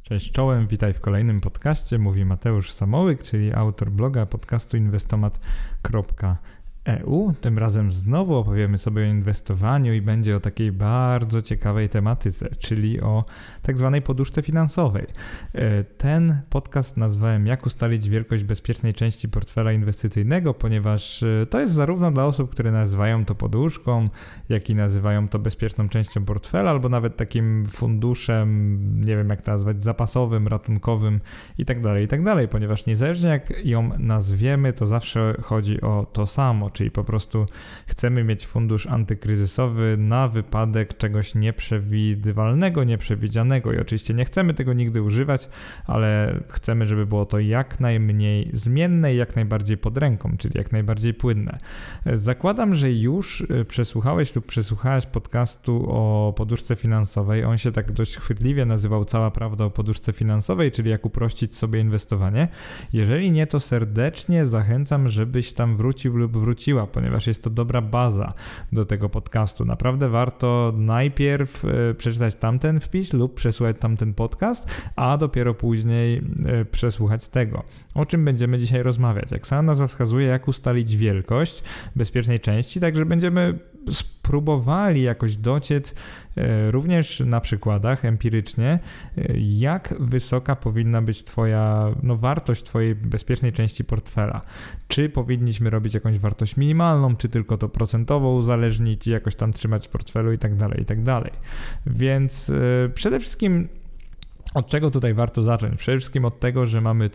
Cześć czołem, witaj w kolejnym podcaście. Mówi Mateusz Samołyk, czyli autor bloga podcastu inwestomat.eu. Tym razem znowu opowiemy sobie o inwestowaniu i będzie o takiej bardzo ciekawej tematyce, czyli o tak zwanej poduszce finansowej. Ten podcast nazwałem Jak ustalić wielkość bezpiecznej części portfela inwestycyjnego, ponieważ to jest zarówno dla osób, które nazywają to poduszką, jak i nazywają to bezpieczną częścią portfela, albo nawet takim funduszem, nie wiem jak to nazwać, zapasowym, ratunkowym i tak dalej, ponieważ niezależnie jak ją nazwiemy, to zawsze chodzi o to samo, czyli po prostu chcemy mieć fundusz antykryzysowy na wypadek czegoś nieprzewidywalnego, nieprzewidzianego i oczywiście nie chcemy tego nigdy używać, ale chcemy, żeby było to jak najmniej zmienne i jak najbardziej pod ręką, czyli jak najbardziej płynne. Zakładam, że już przesłuchałeś lub przesłuchałaś podcastu o poduszce finansowej. On się tak dość chwytliwie nazywał Cała prawda o poduszce finansowej, czyli jak uprościć sobie inwestowanie. Jeżeli nie, to serdecznie zachęcam, żebyś tam wrócił lub wróciła, ponieważ jest to dobra baza do tego podcastu. Naprawdę warto najpierw przeczytać tamten wpis lub przesłuchać tamten podcast, a dopiero później przesłuchać tego. O czym będziemy dzisiaj rozmawiać? Jak sama nazwa wskazuje, jak ustalić wielkość bezpiecznej części, także będziemy spróbowali jakoś dociec również na przykładach empirycznie, jak wysoka powinna być wartość twojej bezpiecznej części portfela. Czy powinniśmy robić jakąś wartość minimalną, czy tylko to procentowo uzależnić i jakoś tam trzymać w portfelu i tak dalej. Więc przede wszystkim od czego tutaj warto zacząć? Przede wszystkim od tego, że mamy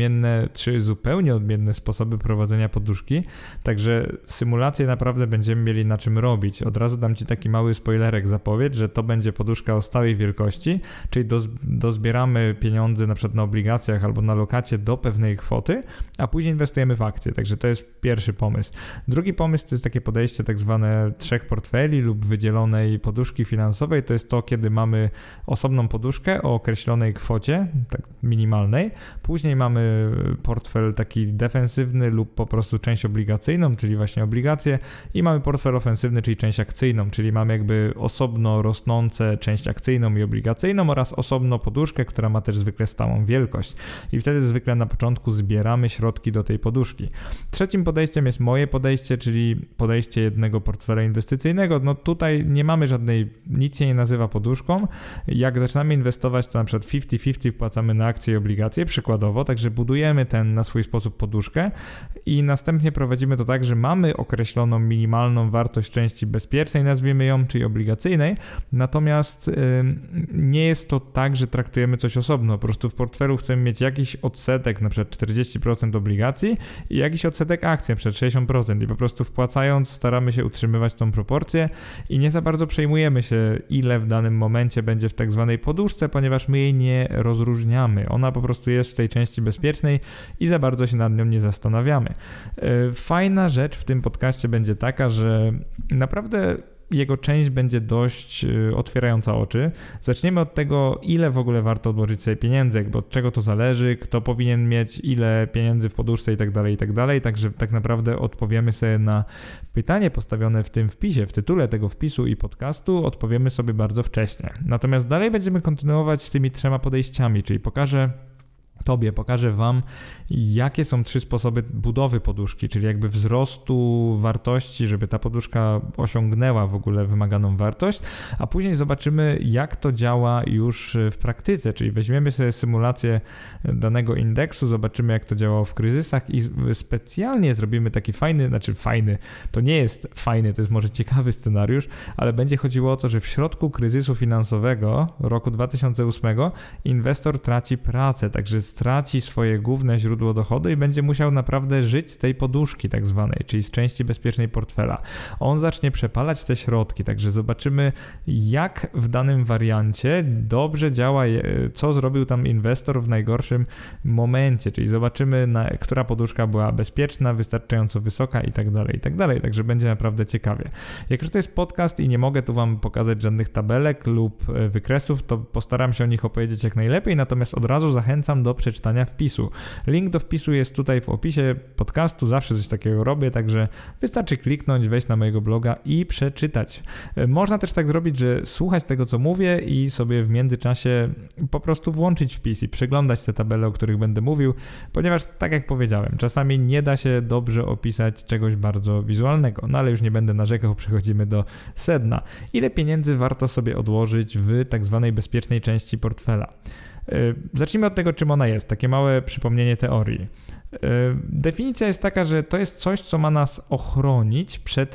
trzy zupełnie odmienne sposoby prowadzenia poduszki, także symulację naprawdę będziemy mieli na czym robić. Od razu dam Ci taki mały spoilerek, zapowiedź, że to będzie poduszka o stałej wielkości, czyli dozbieramy pieniądze na przykład na obligacjach albo na lokacie do pewnej kwoty, a później inwestujemy w akcje, także to jest pierwszy pomysł. Drugi pomysł to jest takie podejście tak zwane 3 portfeli lub wydzielonej poduszki finansowej, to jest to, kiedy mamy osobną poduszkę o określonej kwocie, tak minimalnej. Później mamy portfel taki defensywny lub po prostu część obligacyjną, czyli właśnie obligacje i mamy portfel ofensywny, czyli część akcyjną, czyli mamy jakby osobno rosnące część akcyjną i obligacyjną oraz osobno poduszkę, która ma też zwykle stałą wielkość. I wtedy zwykle na początku zbieramy środki do tej poduszki. Trzecim podejściem jest moje podejście, czyli podejście jednego portfela inwestycyjnego. No tutaj nie mamy nic się nie nazywa poduszką. Jak zaczynamy inwestować, to na przykład 50-50 wpłacamy na akcje i obligacje, przykładowo, także budujemy na swój sposób poduszkę i następnie prowadzimy to tak, że mamy określoną minimalną wartość części bezpiecznej, nazwijmy ją, czyli obligacyjnej, natomiast nie jest to tak, że traktujemy coś osobno, po prostu w portfelu chcemy mieć jakiś odsetek, na przykład 40% obligacji i jakiś odsetek akcji, na przykład 60% i po prostu wpłacając staramy się utrzymywać tą proporcję i nie za bardzo przejmujemy się, ile w danym momencie będzie w tak zwanej poduszce, ponieważ my jej nie rozróżniamy. Ona po prostu jest w tej części bezpiecznej i za bardzo się nad nią nie zastanawiamy. Fajna rzecz w tym podcaście będzie taka, że naprawdę jego część będzie dość otwierająca oczy. Zaczniemy od tego, ile w ogóle warto odłożyć sobie pieniędzy, jakby od czego to zależy, kto powinien mieć ile pieniędzy w poduszce i tak dalej, także tak naprawdę odpowiemy sobie na pytanie postawione w tym wpisie, w tytule tego wpisu i podcastu, odpowiemy sobie bardzo wcześnie. Natomiast dalej będziemy kontynuować z tymi 3 podejściami, czyli pokażę Wam, jakie są 3 sposoby budowy poduszki, czyli jakby wzrostu wartości, żeby ta poduszka osiągnęła w ogóle wymaganą wartość, a później zobaczymy, jak to działa już w praktyce, czyli weźmiemy sobie symulację danego indeksu, zobaczymy, jak to działało w kryzysach i specjalnie zrobimy taki fajny, to nie jest fajny, to jest może ciekawy scenariusz, ale będzie chodziło o to, że w środku kryzysu finansowego roku 2008 inwestor traci pracę, także straci swoje główne źródło dochodu i będzie musiał naprawdę żyć z tej poduszki tak zwanej, czyli z części bezpiecznej portfela. On zacznie przepalać te środki, także zobaczymy, jak w danym wariancie dobrze działa, co zrobił tam inwestor w najgorszym momencie, czyli zobaczymy, która poduszka była bezpieczna, wystarczająco wysoka i tak dalej, także będzie naprawdę ciekawie. Jak już to jest podcast i nie mogę tu Wam pokazać żadnych tabelek lub wykresów, to postaram się o nich opowiedzieć jak najlepiej, natomiast od razu zachęcam do przeczytania wpisu. Link do wpisu jest tutaj w opisie podcastu, zawsze coś takiego robię, także wystarczy kliknąć, wejść na mojego bloga i przeczytać. Można też tak zrobić, że słuchać tego, co mówię i sobie w międzyczasie po prostu włączyć wpis i przeglądać te tabele, o których będę mówił, ponieważ tak jak powiedziałem, czasami nie da się dobrze opisać czegoś bardzo wizualnego, no ale już nie będę narzekał, przechodzimy do sedna. Ile pieniędzy warto sobie odłożyć w tak zwanej bezpiecznej części portfela? Zacznijmy od tego, czym ona jest, takie małe przypomnienie teorii. Definicja jest taka, że to jest coś, co ma nas ochronić przed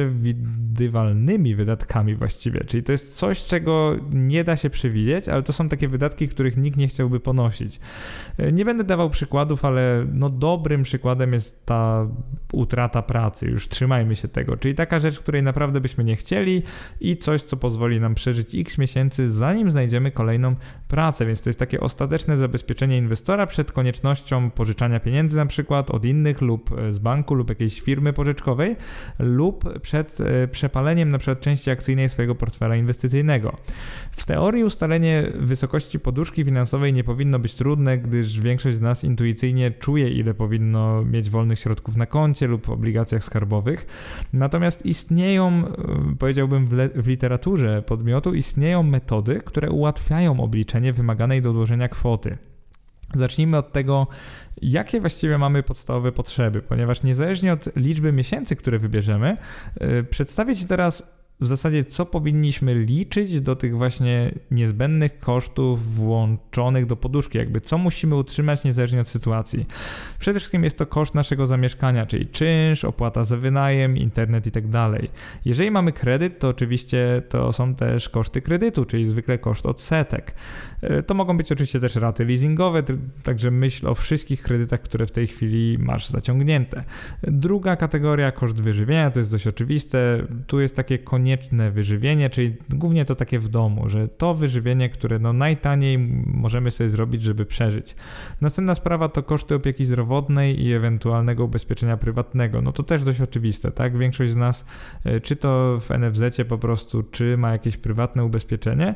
nieprzewidywalnymi wydatkami właściwie, czyli to jest coś, czego nie da się przewidzieć, ale to są takie wydatki, których nikt nie chciałby ponosić. Nie będę dawał przykładów, ale dobrym przykładem jest ta utrata pracy, już trzymajmy się tego, czyli taka rzecz, której naprawdę byśmy nie chcieli i coś, co pozwoli nam przeżyć x miesięcy, zanim znajdziemy kolejną pracę, więc to jest takie ostateczne zabezpieczenie inwestora przed koniecznością pożyczania pieniędzy na przykład od innych lub z banku lub jakiejś firmy pożyczkowej lub przed przepaleniem na przykład części akcyjnej swojego portfela inwestycyjnego. W teorii ustalenie wysokości poduszki finansowej nie powinno być trudne, gdyż większość z nas intuicyjnie czuje, ile powinno mieć wolnych środków na koncie lub obligacjach skarbowych. Natomiast istnieją, powiedziałbym w literaturze podmiotu, istnieją metody, które ułatwiają obliczenie wymaganej do odłożenia kwoty. Zacznijmy od tego, jakie właściwie mamy podstawowe potrzeby, ponieważ niezależnie od liczby miesięcy, które wybierzemy, przedstawię Ci teraz w zasadzie, co powinniśmy liczyć do tych właśnie niezbędnych kosztów włączonych do poduszki, jakby co musimy utrzymać niezależnie od sytuacji. Przede wszystkim jest to koszt naszego zamieszkania, czyli czynsz, opłata za wynajem, internet i tak dalej. Jeżeli mamy kredyt, to oczywiście to są też koszty kredytu, czyli zwykle koszt odsetek. To mogą być oczywiście też raty leasingowe, także myśl o wszystkich kredytach, które w tej chwili masz zaciągnięte. Druga kategoria, koszt wyżywienia, to jest dość oczywiste. Tu jest takie konieczne wyżywienie, czyli głównie to takie w domu, że to wyżywienie, które najtaniej możemy sobie zrobić, żeby przeżyć. Następna sprawa to koszty opieki zdrowotnej i ewentualnego ubezpieczenia prywatnego. To też dość oczywiste, tak? Większość z nas, czy to w NFZ-cie po prostu, czy ma jakieś prywatne ubezpieczenie,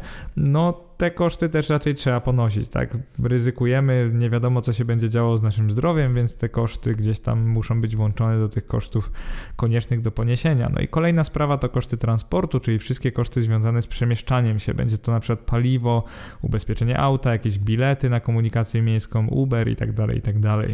te koszty też raczej trzeba ponosić, tak? Ryzykujemy, nie wiadomo, co się będzie działo z naszym zdrowiem, więc te koszty gdzieś tam muszą być włączone do tych kosztów koniecznych do poniesienia. I kolejna sprawa to koszty transportu, czyli wszystkie koszty związane z przemieszczaniem się. Będzie to na przykład paliwo, ubezpieczenie auta, jakieś bilety na komunikację miejską, Uber i tak dalej.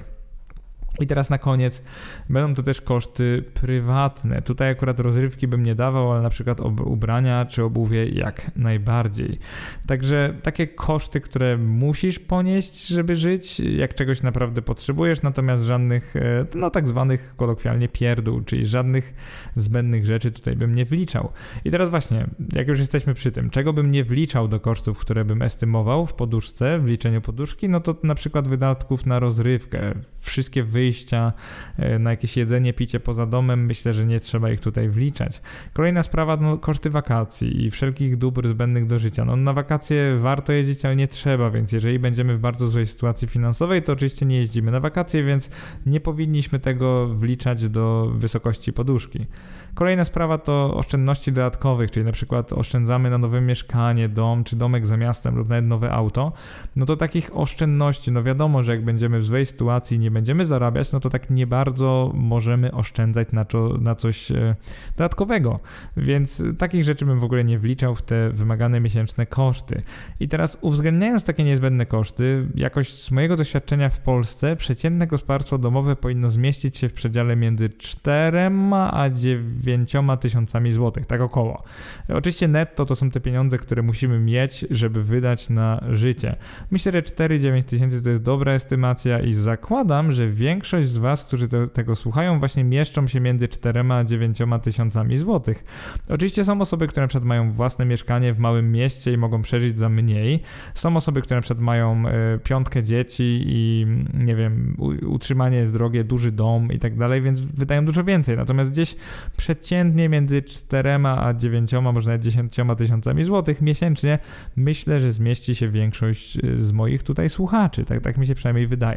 I teraz na koniec będą to też koszty prywatne. Tutaj akurat rozrywki bym nie dawał, ale na przykład ubrania czy obuwie jak najbardziej. Także takie koszty, które musisz ponieść, żeby żyć, jak czegoś naprawdę potrzebujesz, natomiast żadnych, tak zwanych kolokwialnie pierdół, czyli żadnych zbędnych rzeczy tutaj bym nie wliczał. I teraz właśnie, jak już jesteśmy przy tym, czego bym nie wliczał do kosztów, które bym estymował w poduszce, w liczeniu poduszki, to na przykład wydatków na rozrywkę, wszystkie wyjścia, na jakieś jedzenie, picie poza domem, myślę, że nie trzeba ich tutaj wliczać. Kolejna sprawa, koszty wakacji i wszelkich dóbr zbędnych do życia. Na wakacje warto jeździć, ale nie trzeba, więc jeżeli będziemy w bardzo złej sytuacji finansowej, to oczywiście nie jeździmy na wakacje, więc nie powinniśmy tego wliczać do wysokości poduszki. Kolejna sprawa to oszczędności dodatkowych, czyli na przykład oszczędzamy na nowe mieszkanie, dom czy domek za miastem lub nawet nowe auto, to takich oszczędności, wiadomo, że jak będziemy w złej sytuacji i nie będziemy zarabiać, to tak nie bardzo możemy oszczędzać na coś dodatkowego, więc takich rzeczy bym w ogóle nie wliczał w te wymagane miesięczne koszty. I teraz uwzględniając takie niezbędne koszty, jakoś z mojego doświadczenia w Polsce przeciętne gospodarstwo domowe powinno zmieścić się w przedziale między 4 a 9 tysiącami złotych, tak około. Oczywiście netto to są te pieniądze, które musimy mieć, żeby wydać na życie. Myślę, że 4-9 tysięcy to jest dobra estymacja i zakładam, że większość z Was, którzy tego słuchają, właśnie mieszczą się między 4 a 9 tysiącami złotych. Oczywiście są osoby, które na przykład mają własne mieszkanie w małym mieście i mogą przeżyć za mniej. Są osoby, które na przykład mają 5 dzieci i nie wiem, utrzymanie jest drogie, duży dom i tak dalej, więc wydają dużo więcej. Natomiast gdzieś przeciętnie między 4 a 9, może nawet 10 tysiącami złotych miesięcznie myślę, że zmieści się większość z moich tutaj słuchaczy. Tak mi się przynajmniej wydaje.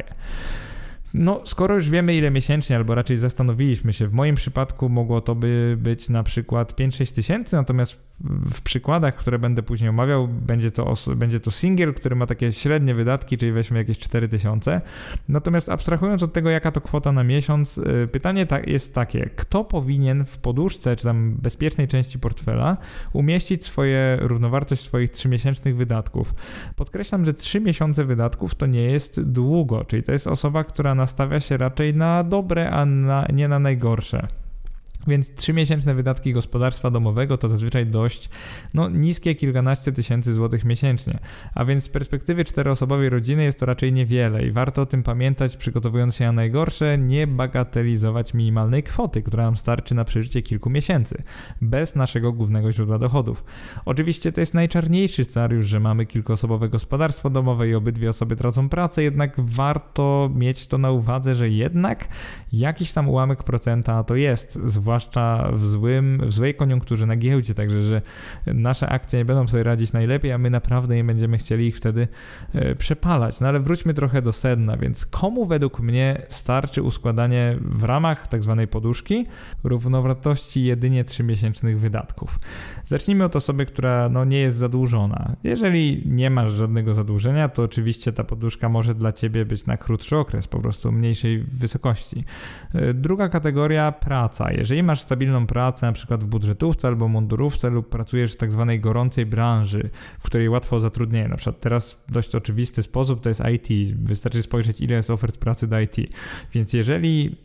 Skoro już wiemy ile miesięcznie, albo raczej zastanowiliśmy się, w moim przypadku mogło to by być na przykład 5-6 tysięcy, natomiast w przykładach, które będę później omawiał, będzie to singiel, który ma takie średnie wydatki, czyli weźmy jakieś 4000. Natomiast abstrahując od tego, jaka to kwota na miesiąc, pytanie jest takie, kto powinien w poduszce, czy tam bezpiecznej części portfela umieścić równowartość swoich 3-miesięcznych wydatków. Podkreślam, że 3 miesiące wydatków to nie jest długo, czyli to jest osoba, która nastawia się raczej na dobre, a nie na najgorsze. Więc 3-miesięczne wydatki gospodarstwa domowego to zazwyczaj dość niskie kilkanaście tysięcy złotych miesięcznie. A więc z perspektywy 4-osobowej rodziny jest to raczej niewiele i warto o tym pamiętać, przygotowując się na najgorsze, nie bagatelizować minimalnej kwoty, która nam starczy na przeżycie kilku miesięcy, bez naszego głównego źródła dochodów. Oczywiście to jest najczarniejszy scenariusz, że mamy kilkuosobowe gospodarstwo domowe i obydwie osoby tracą pracę, jednak warto mieć to na uwadze, że jednak jakiś tam ułamek procenta to jest, zwłaszcza w złej koniunkturze na giełdzie, także że nasze akcje nie będą sobie radzić najlepiej, a my naprawdę nie będziemy chcieli ich wtedy przepalać. No ale wróćmy trochę do sedna, więc komu według mnie starczy uskładanie w ramach tak zwanej poduszki równowartości jedynie 3-miesięcznych wydatków? Zacznijmy od osoby, która nie jest zadłużona. Jeżeli nie masz żadnego zadłużenia, to oczywiście ta poduszka może dla ciebie być na krótszy okres, po prostu mniejszej wysokości. Druga kategoria, praca. Jeżeli masz stabilną pracę, na przykład w budżetówce albo mundurówce lub pracujesz w tak zwanej gorącej branży, w której łatwo o zatrudnienie, na przykład teraz w dość oczywisty sposób to jest IT, wystarczy spojrzeć, ile jest ofert pracy do IT, więc jeżeli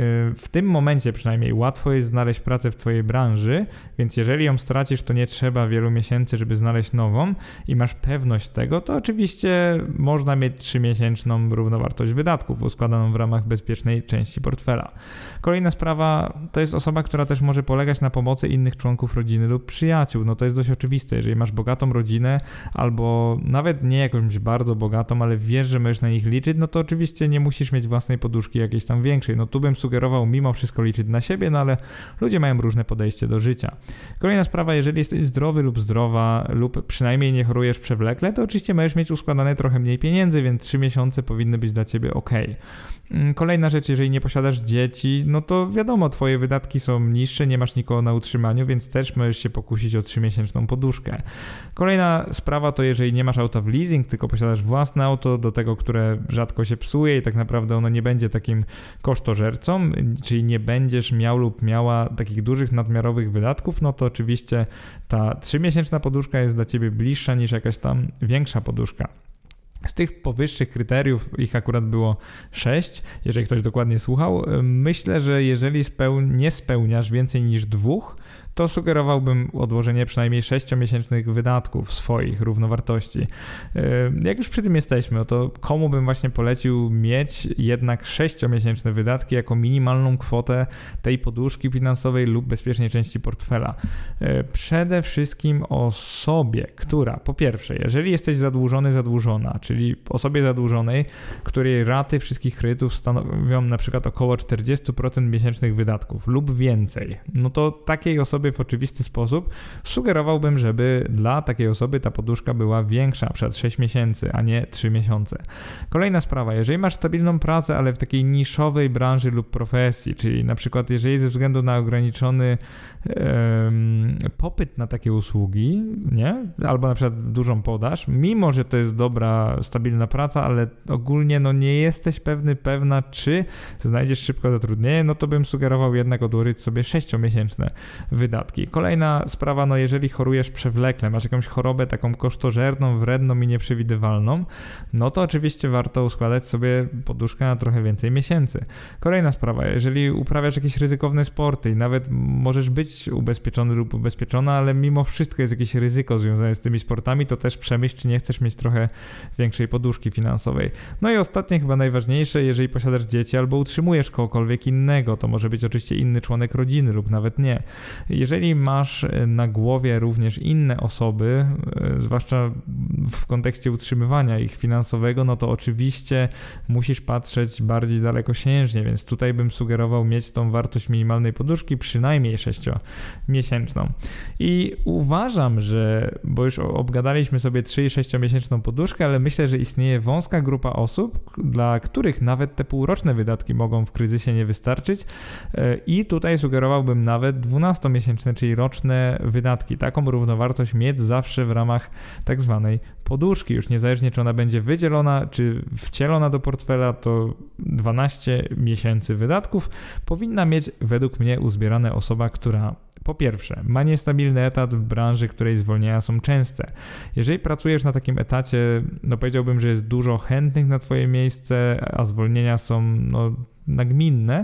w tym momencie przynajmniej łatwo jest znaleźć pracę w twojej branży, więc jeżeli ją stracisz, to nie trzeba wielu miesięcy, żeby znaleźć nową i masz pewność tego, to oczywiście można mieć 3-miesięczną równowartość wydatków uskładaną w ramach bezpiecznej części portfela. Kolejna sprawa to jest osoba, która też może polegać na pomocy innych członków rodziny lub przyjaciół. To jest dość oczywiste, jeżeli masz bogatą rodzinę albo nawet nie jakąś bardzo bogatą, ale wiesz, że możesz na nich liczyć, to oczywiście nie musisz mieć własnej poduszki jakiejś tam większej. Tu bym sugerował mimo wszystko liczyć na siebie, ale ludzie mają różne podejście do życia. Kolejna sprawa, jeżeli jesteś zdrowy lub zdrowa lub przynajmniej nie chorujesz przewlekle, to oczywiście możesz mieć uskładane trochę mniej pieniędzy, więc 3 miesiące powinny być dla ciebie ok. Kolejna rzecz, jeżeli nie posiadasz dzieci, to wiadomo, twoje wydatki są niższe, nie masz nikogo na utrzymaniu, więc też możesz się pokusić o 3-miesięczną poduszkę. Kolejna sprawa to jeżeli nie masz auta w leasing, tylko posiadasz własne auto, do tego, które rzadko się psuje i tak naprawdę ono nie będzie takim kosztożercą, czyli nie będziesz miał lub miała takich dużych nadmiarowych wydatków, to oczywiście ta 3-miesięczna poduszka jest dla ciebie bliższa niż jakaś tam większa poduszka. Z tych powyższych kryteriów, ich akurat było 6, jeżeli ktoś dokładnie słuchał, myślę, że jeżeli nie spełniasz więcej niż 2, to sugerowałbym odłożenie przynajmniej 6-miesięcznych wydatków swoich równowartości. Jak już przy tym jesteśmy, to komu bym właśnie polecił mieć jednak 6-miesięczne wydatki jako minimalną kwotę tej poduszki finansowej lub bezpiecznej części portfela. Przede wszystkim osobie, która po pierwsze, jeżeli jesteś zadłużona, czyli osobie zadłużonej, której raty wszystkich kredytów stanowią na przykład około 40% miesięcznych wydatków lub więcej, to takiej osobie w oczywisty sposób sugerowałbym, żeby dla takiej osoby ta poduszka była większa, na przykład 6 miesięcy, a nie 3 miesiące. Kolejna sprawa, jeżeli masz stabilną pracę, ale w takiej niszowej branży lub profesji, czyli na przykład jeżeli ze względu na ograniczony popyt na takie usługi, nie? Albo na przykład dużą podaż, mimo że to jest dobra, stabilna praca, ale ogólnie nie jesteś pewna, czy znajdziesz szybko zatrudnienie, to bym sugerował jednak odłożyć sobie 6-miesięczne wydatki. Kolejna sprawa, jeżeli chorujesz przewlekle, masz jakąś chorobę taką kosztożerną, wredną i nieprzewidywalną, to oczywiście warto uskładać sobie poduszkę na trochę więcej miesięcy. Kolejna sprawa, jeżeli uprawiasz jakieś ryzykowne sporty i nawet możesz być ubezpieczony lub ubezpieczona, ale mimo wszystko jest jakieś ryzyko związane z tymi sportami, to też przemyśl, czy nie chcesz mieć trochę większej poduszki finansowej. I ostatnie, chyba najważniejsze, jeżeli posiadasz dzieci albo utrzymujesz kogokolwiek innego, to może być oczywiście inny członek rodziny lub nawet nie. Jeżeli masz na głowie również inne osoby, zwłaszcza w kontekście utrzymywania ich finansowego, to oczywiście musisz patrzeć bardziej dalekosiężnie, więc tutaj bym sugerował mieć tą wartość minimalnej poduszki przynajmniej 6-miesięczną. I uważam, że, bo już obgadaliśmy sobie 3- i 6-miesięczną poduszkę, ale myślę, myślę, że istnieje wąska grupa osób, dla których nawet te półroczne wydatki mogą w kryzysie nie wystarczyć i tutaj sugerowałbym nawet 12-miesięczne, czyli roczne wydatki. Taką równowartość mieć zawsze w ramach tak zwanej poduszki. Już niezależnie, czy ona będzie wydzielona, czy wcielona do portfela, to 12 miesięcy wydatków powinna mieć według mnie uzbierane osoba, która po pierwsze, ma niestabilny etat w branży, której zwolnienia są częste. Jeżeli pracujesz na takim etacie, powiedziałbym, że jest dużo chętnych na twoje miejsce, a zwolnienia są nagminne,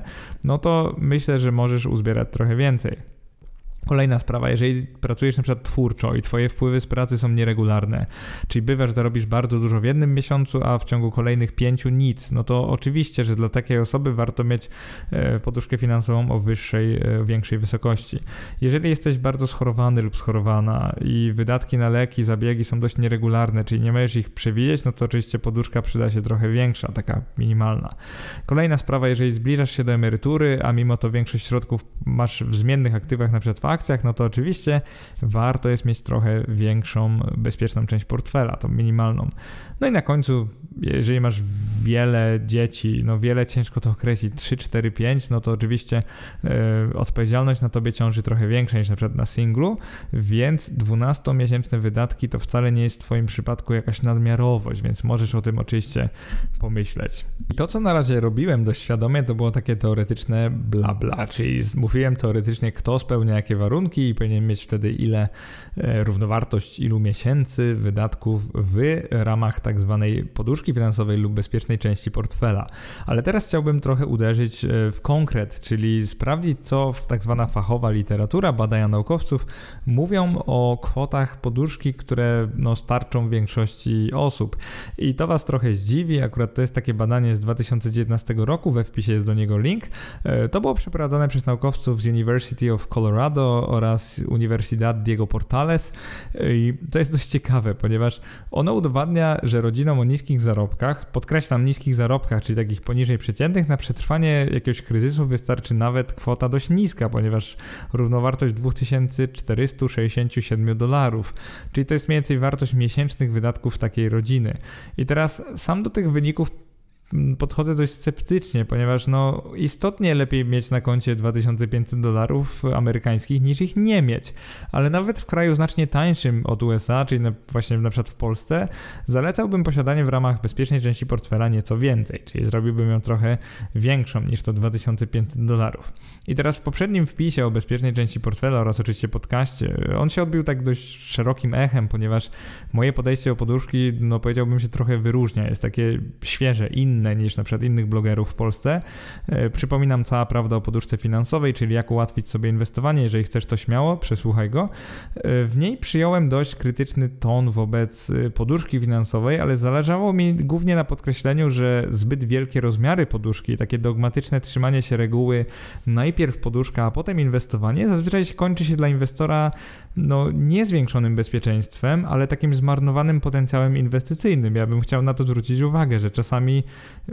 to myślę, że możesz uzbierać trochę więcej. Kolejna sprawa, jeżeli pracujesz na przykład twórczo i twoje wpływy z pracy są nieregularne, czyli zarobisz bardzo dużo w jednym miesiącu, a w ciągu kolejnych 5 nic, to oczywiście, że dla takiej osoby warto mieć poduszkę finansową o większej wysokości. Jeżeli jesteś bardzo schorowany lub schorowana i wydatki na leki, zabiegi są dość nieregularne, czyli nie możesz ich przewidzieć, to oczywiście poduszka przyda się trochę większa, taka minimalna. Kolejna sprawa, jeżeli zbliżasz się do emerytury, a mimo to większość środków masz w zmiennych aktywach, na przykład w akcjach, to oczywiście warto jest mieć trochę większą, bezpieczną część portfela, tą minimalną. I na końcu, jeżeli masz wiele dzieci, wiele ciężko to określić, 3, 4, 5, to oczywiście odpowiedzialność na tobie ciąży trochę większa niż na przykład na singlu, więc 12-miesięczne wydatki to wcale nie jest w twoim przypadku jakaś nadmiarowość, więc możesz o tym oczywiście pomyśleć. I to, co na razie robiłem dość świadomie, to było takie teoretyczne bla, czyli mówiłem teoretycznie, kto spełnia jakie warunki i powinien mieć wtedy ile równowartość ilu miesięcy wydatków w ramach tak zwanej poduszki finansowej lub bezpiecznej części portfela. Ale teraz chciałbym trochę uderzyć w konkret, czyli sprawdzić, co tak zwana fachowa literatura, badania naukowców mówią o kwotach poduszki, które starczą większości osób. I to was trochę zdziwi, akurat to jest takie badanie z 2019 roku, we wpisie jest do niego link. To było przeprowadzone przez naukowców z University of Colorado oraz Universidad Diego Portales i to jest dość ciekawe, ponieważ ono udowadnia, że rodzinom o niskich zarobkach, podkreślam niskich zarobkach, czyli takich poniżej przeciętnych, na przetrwanie jakiegoś kryzysu wystarczy nawet kwota dość niska, ponieważ równowartość $2467, czyli to jest mniej więcej wartość miesięcznych wydatków takiej rodziny. I teraz sam do tych wyników podchodzę dość sceptycznie, ponieważ istotnie lepiej mieć na koncie $2500 amerykańskich niż ich nie mieć, ale nawet w kraju znacznie tańszym od USA, czyli właśnie na przykład w Polsce, zalecałbym posiadanie w ramach bezpiecznej części portfela nieco więcej, czyli zrobiłbym ją trochę większą niż to $2500. I teraz w poprzednim wpisie o bezpiecznej części portfela oraz oczywiście podcaście, on się odbił tak dość szerokim echem, ponieważ moje podejście o poduszki, powiedziałbym się trochę wyróżnia, jest takie świeże, inne niż na przykład innych blogerów w Polsce. Przypominam, cała prawda o poduszce finansowej, czyli jak ułatwić sobie inwestowanie, jeżeli chcesz to śmiało, przesłuchaj go. W niej przyjąłem dość krytyczny ton wobec poduszki finansowej, ale zależało mi głównie na podkreśleniu, że zbyt wielkie rozmiary poduszki, takie dogmatyczne trzymanie się reguły, najpierw poduszka, a potem inwestowanie, zazwyczaj kończy się dla inwestora nie zwiększonym bezpieczeństwem, ale takim zmarnowanym potencjałem inwestycyjnym. Ja bym chciał na to zwrócić uwagę, że czasami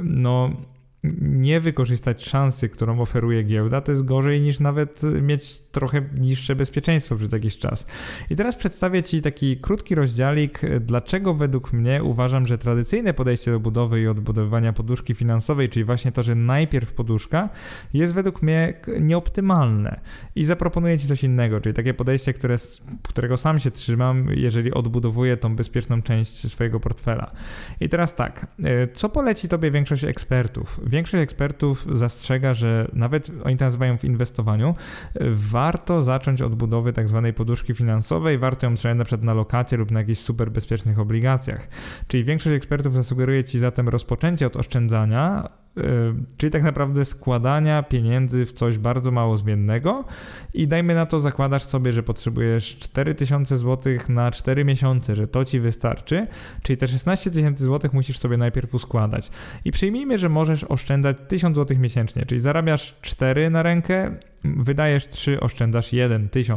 nie wykorzystać szansy, którą oferuje giełda, to jest gorzej niż nawet mieć trochę niższe bezpieczeństwo przez jakiś czas. I teraz przedstawię Ci taki krótki rozdziałik, dlaczego według mnie uważam, że tradycyjne podejście do budowy i odbudowywania poduszki finansowej, czyli właśnie to, że najpierw poduszka, jest według mnie nieoptymalne. I zaproponuję Ci coś innego, czyli takie podejście, którego sam się trzymam, jeżeli odbudowuję tą bezpieczną część swojego portfela. I teraz tak, co poleci Tobie większość ekspertów? Większość ekspertów zastrzega, że nawet oni to nazywają w inwestowaniu, warto zacząć od budowy tak zwanej poduszki finansowej, warto ją trzymać na przykład na lokacie lub na jakichś super bezpiecznych obligacjach. Czyli większość ekspertów zasugeruje Ci zatem rozpoczęcie od oszczędzania, czyli tak naprawdę składania pieniędzy w coś bardzo mało zmiennego i dajmy na to, zakładasz sobie, że potrzebujesz 4000 zł na 4 miesiące, że to Ci wystarczy, czyli te 16 000 zł musisz sobie najpierw uskładać. I przyjmijmy, że możesz oszczędzać 1000 zł miesięcznie, czyli zarabiasz 4 na rękę, wydajesz 3, oszczędzasz 1, 1000.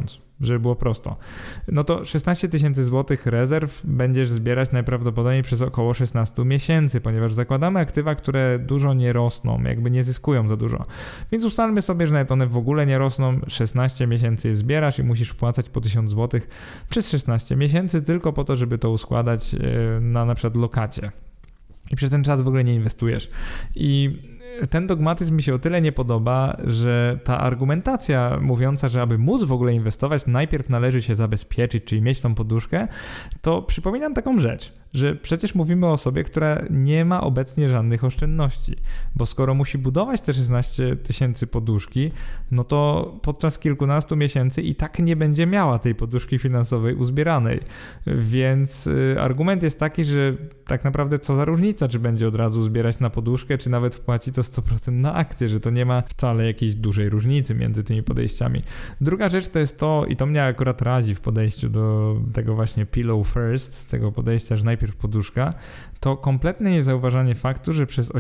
żeby było prosto, no to 16 tysięcy złotych rezerw będziesz zbierać najprawdopodobniej przez około 16 miesięcy, ponieważ zakładamy aktywa, które dużo nie rosną, jakby nie zyskują za dużo. Więc ustalmy sobie, że nawet one w ogóle nie rosną, 16 miesięcy je zbierasz i musisz wpłacać po 1000 złotych przez 16 miesięcy tylko po to, żeby to uskładać na przykład lokacie. I przez ten czas w ogóle nie inwestujesz. I ten dogmatyzm mi się o tyle nie podoba, że ta argumentacja mówiąca, że aby móc w ogóle inwestować, najpierw należy się zabezpieczyć, czyli mieć tą poduszkę, to przypominam taką rzecz, że przecież mówimy o osobie, która nie ma obecnie żadnych oszczędności, bo skoro musi budować te 16 tysięcy poduszki, no to podczas kilkunastu miesięcy i tak nie będzie miała tej poduszki finansowej uzbieranej, więc argument jest taki, że tak naprawdę co za różnica, czy będzie od razu zbierać na poduszkę, czy nawet wpłaci to 100% na akcje, że to nie ma wcale jakiejś dużej różnicy między tymi podejściami. Druga rzecz to jest to, i to mnie akurat razi w podejściu do tego właśnie pillow first, tego podejścia, że najpierw poduszka, to kompletne niezauważanie faktu, że przez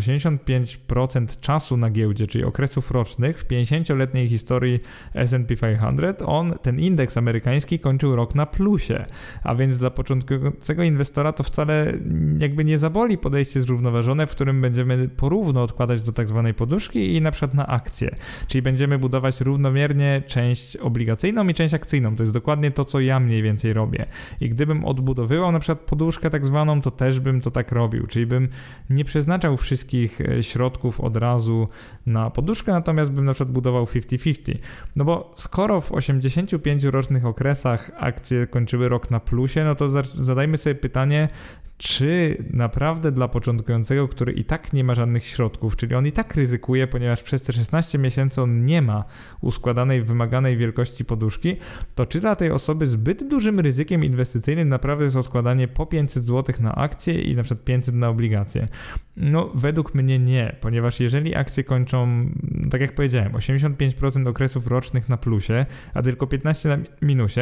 85% czasu na giełdzie, czyli okresów rocznych w 50-letniej historii S&P 500, ten indeks amerykański kończył rok na plusie, a więc dla początkującego inwestora to wcale jakby nie zaboli podejście zrównoważone, w którym będziemy porówno odkładać do tak zwanej poduszki i na przykład na akcje, czyli będziemy budować równomiernie część obligacyjną i część akcyjną. To jest dokładnie to, co ja mniej więcej robię. I gdybym odbudowywał na przykład poduszkę tak zwaną, to też bym to tak robił, czyli bym nie przeznaczał wszystkich środków od razu na poduszkę, natomiast bym na przykład budował 50-50. No bo skoro w 85 rocznych okresach akcje kończyły rok na plusie, no to zadajmy sobie pytanie, czy naprawdę dla początkującego, który i tak nie ma żadnych środków, czyli on i tak ryzykuje, ponieważ przez te 16 miesięcy on nie ma uskładanej, wymaganej wielkości poduszki, to czy dla tej osoby zbyt dużym ryzykiem inwestycyjnym naprawdę jest odkładanie po 500 zł na akcje i na przykład 500 na obligacje? No według mnie nie, ponieważ jeżeli akcje kończą, tak jak powiedziałem, 85% okresów rocznych na plusie, a tylko 15 na minusie,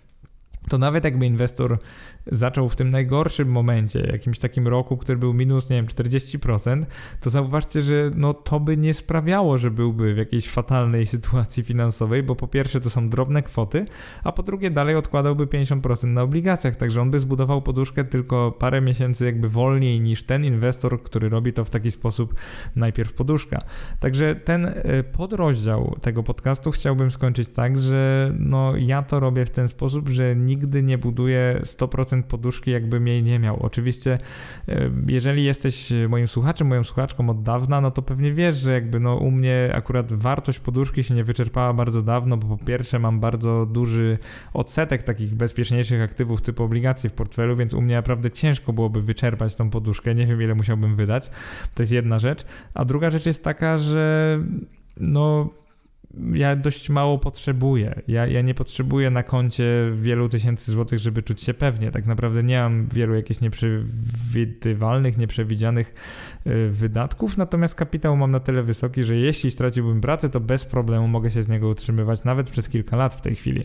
to nawet jakby inwestor zaczął w tym najgorszym momencie, jakimś takim roku, który był minus, nie wiem, 40%, to zauważcie, że no to by nie sprawiało, że byłby w jakiejś fatalnej sytuacji finansowej, bo po pierwsze to są drobne kwoty, a po drugie dalej odkładałby 50% na obligacjach, także on by zbudował poduszkę tylko parę miesięcy jakby wolniej niż ten inwestor, który robi to w taki sposób najpierw poduszka. Także ten podrozdział tego podcastu chciałbym skończyć tak, że no ja to robię w ten sposób, że nigdy nie buduję 100% poduszki, jakbym jej nie miał. Oczywiście, jeżeli jesteś moim słuchaczem, moją słuchaczką od dawna, no to pewnie wiesz, że jakby no u mnie akurat wartość poduszki się nie wyczerpała bardzo dawno, bo po pierwsze mam bardzo duży odsetek takich bezpieczniejszych aktywów typu obligacje w portfelu, więc u mnie naprawdę ciężko byłoby wyczerpać tą poduszkę. Nie wiem, ile musiałbym wydać. To jest jedna rzecz. A druga rzecz jest taka, że no ja dość mało potrzebuję. Ja nie potrzebuję na koncie wielu tysięcy złotych, żeby czuć się pewnie. Tak naprawdę nie mam wielu jakichś nieprzewidywalnych, nieprzewidzianych wydatków, natomiast kapitał mam na tyle wysoki, że jeśli straciłbym pracę, to bez problemu mogę się z niego utrzymywać nawet przez kilka lat w tej chwili.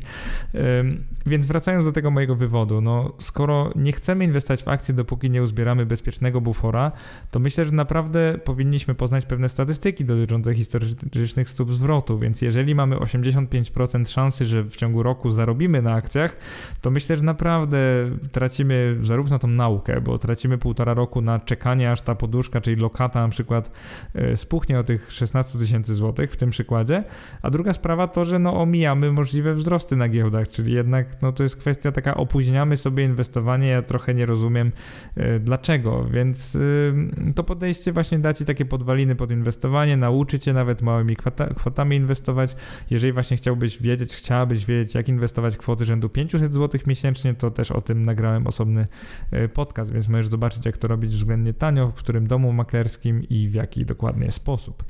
Więc wracając do tego mojego wywodu, no skoro nie chcemy inwestować w akcje, dopóki nie uzbieramy bezpiecznego bufora, to myślę, że naprawdę powinniśmy poznać pewne statystyki dotyczące historycznych stóp zwrotu, więc jeżeli mamy 85% szansy, że w ciągu roku zarobimy na akcjach, to myślę, że naprawdę tracimy zarówno tą naukę, bo tracimy 1,5 roku na czekanie, aż ta poduszka, czyli lokata na przykład spuchnie o tych 16 tysięcy złotych w tym przykładzie, a druga sprawa to, że no omijamy możliwe wzrosty na giełdach, czyli jednak no to jest kwestia taka, opóźniamy sobie inwestowanie, ja trochę nie rozumiem dlaczego, więc to podejście właśnie da Ci takie podwaliny pod inwestowanie, nauczy Cię nawet małymi kwotami inwestować. Jeżeli właśnie chciałabyś wiedzieć, jak inwestować kwoty rzędu 500 zł miesięcznie, to też o tym nagrałem osobny podcast, więc możesz zobaczyć, jak to robić względnie tanio, w którym domu maklerskim i w jaki dokładnie sposób.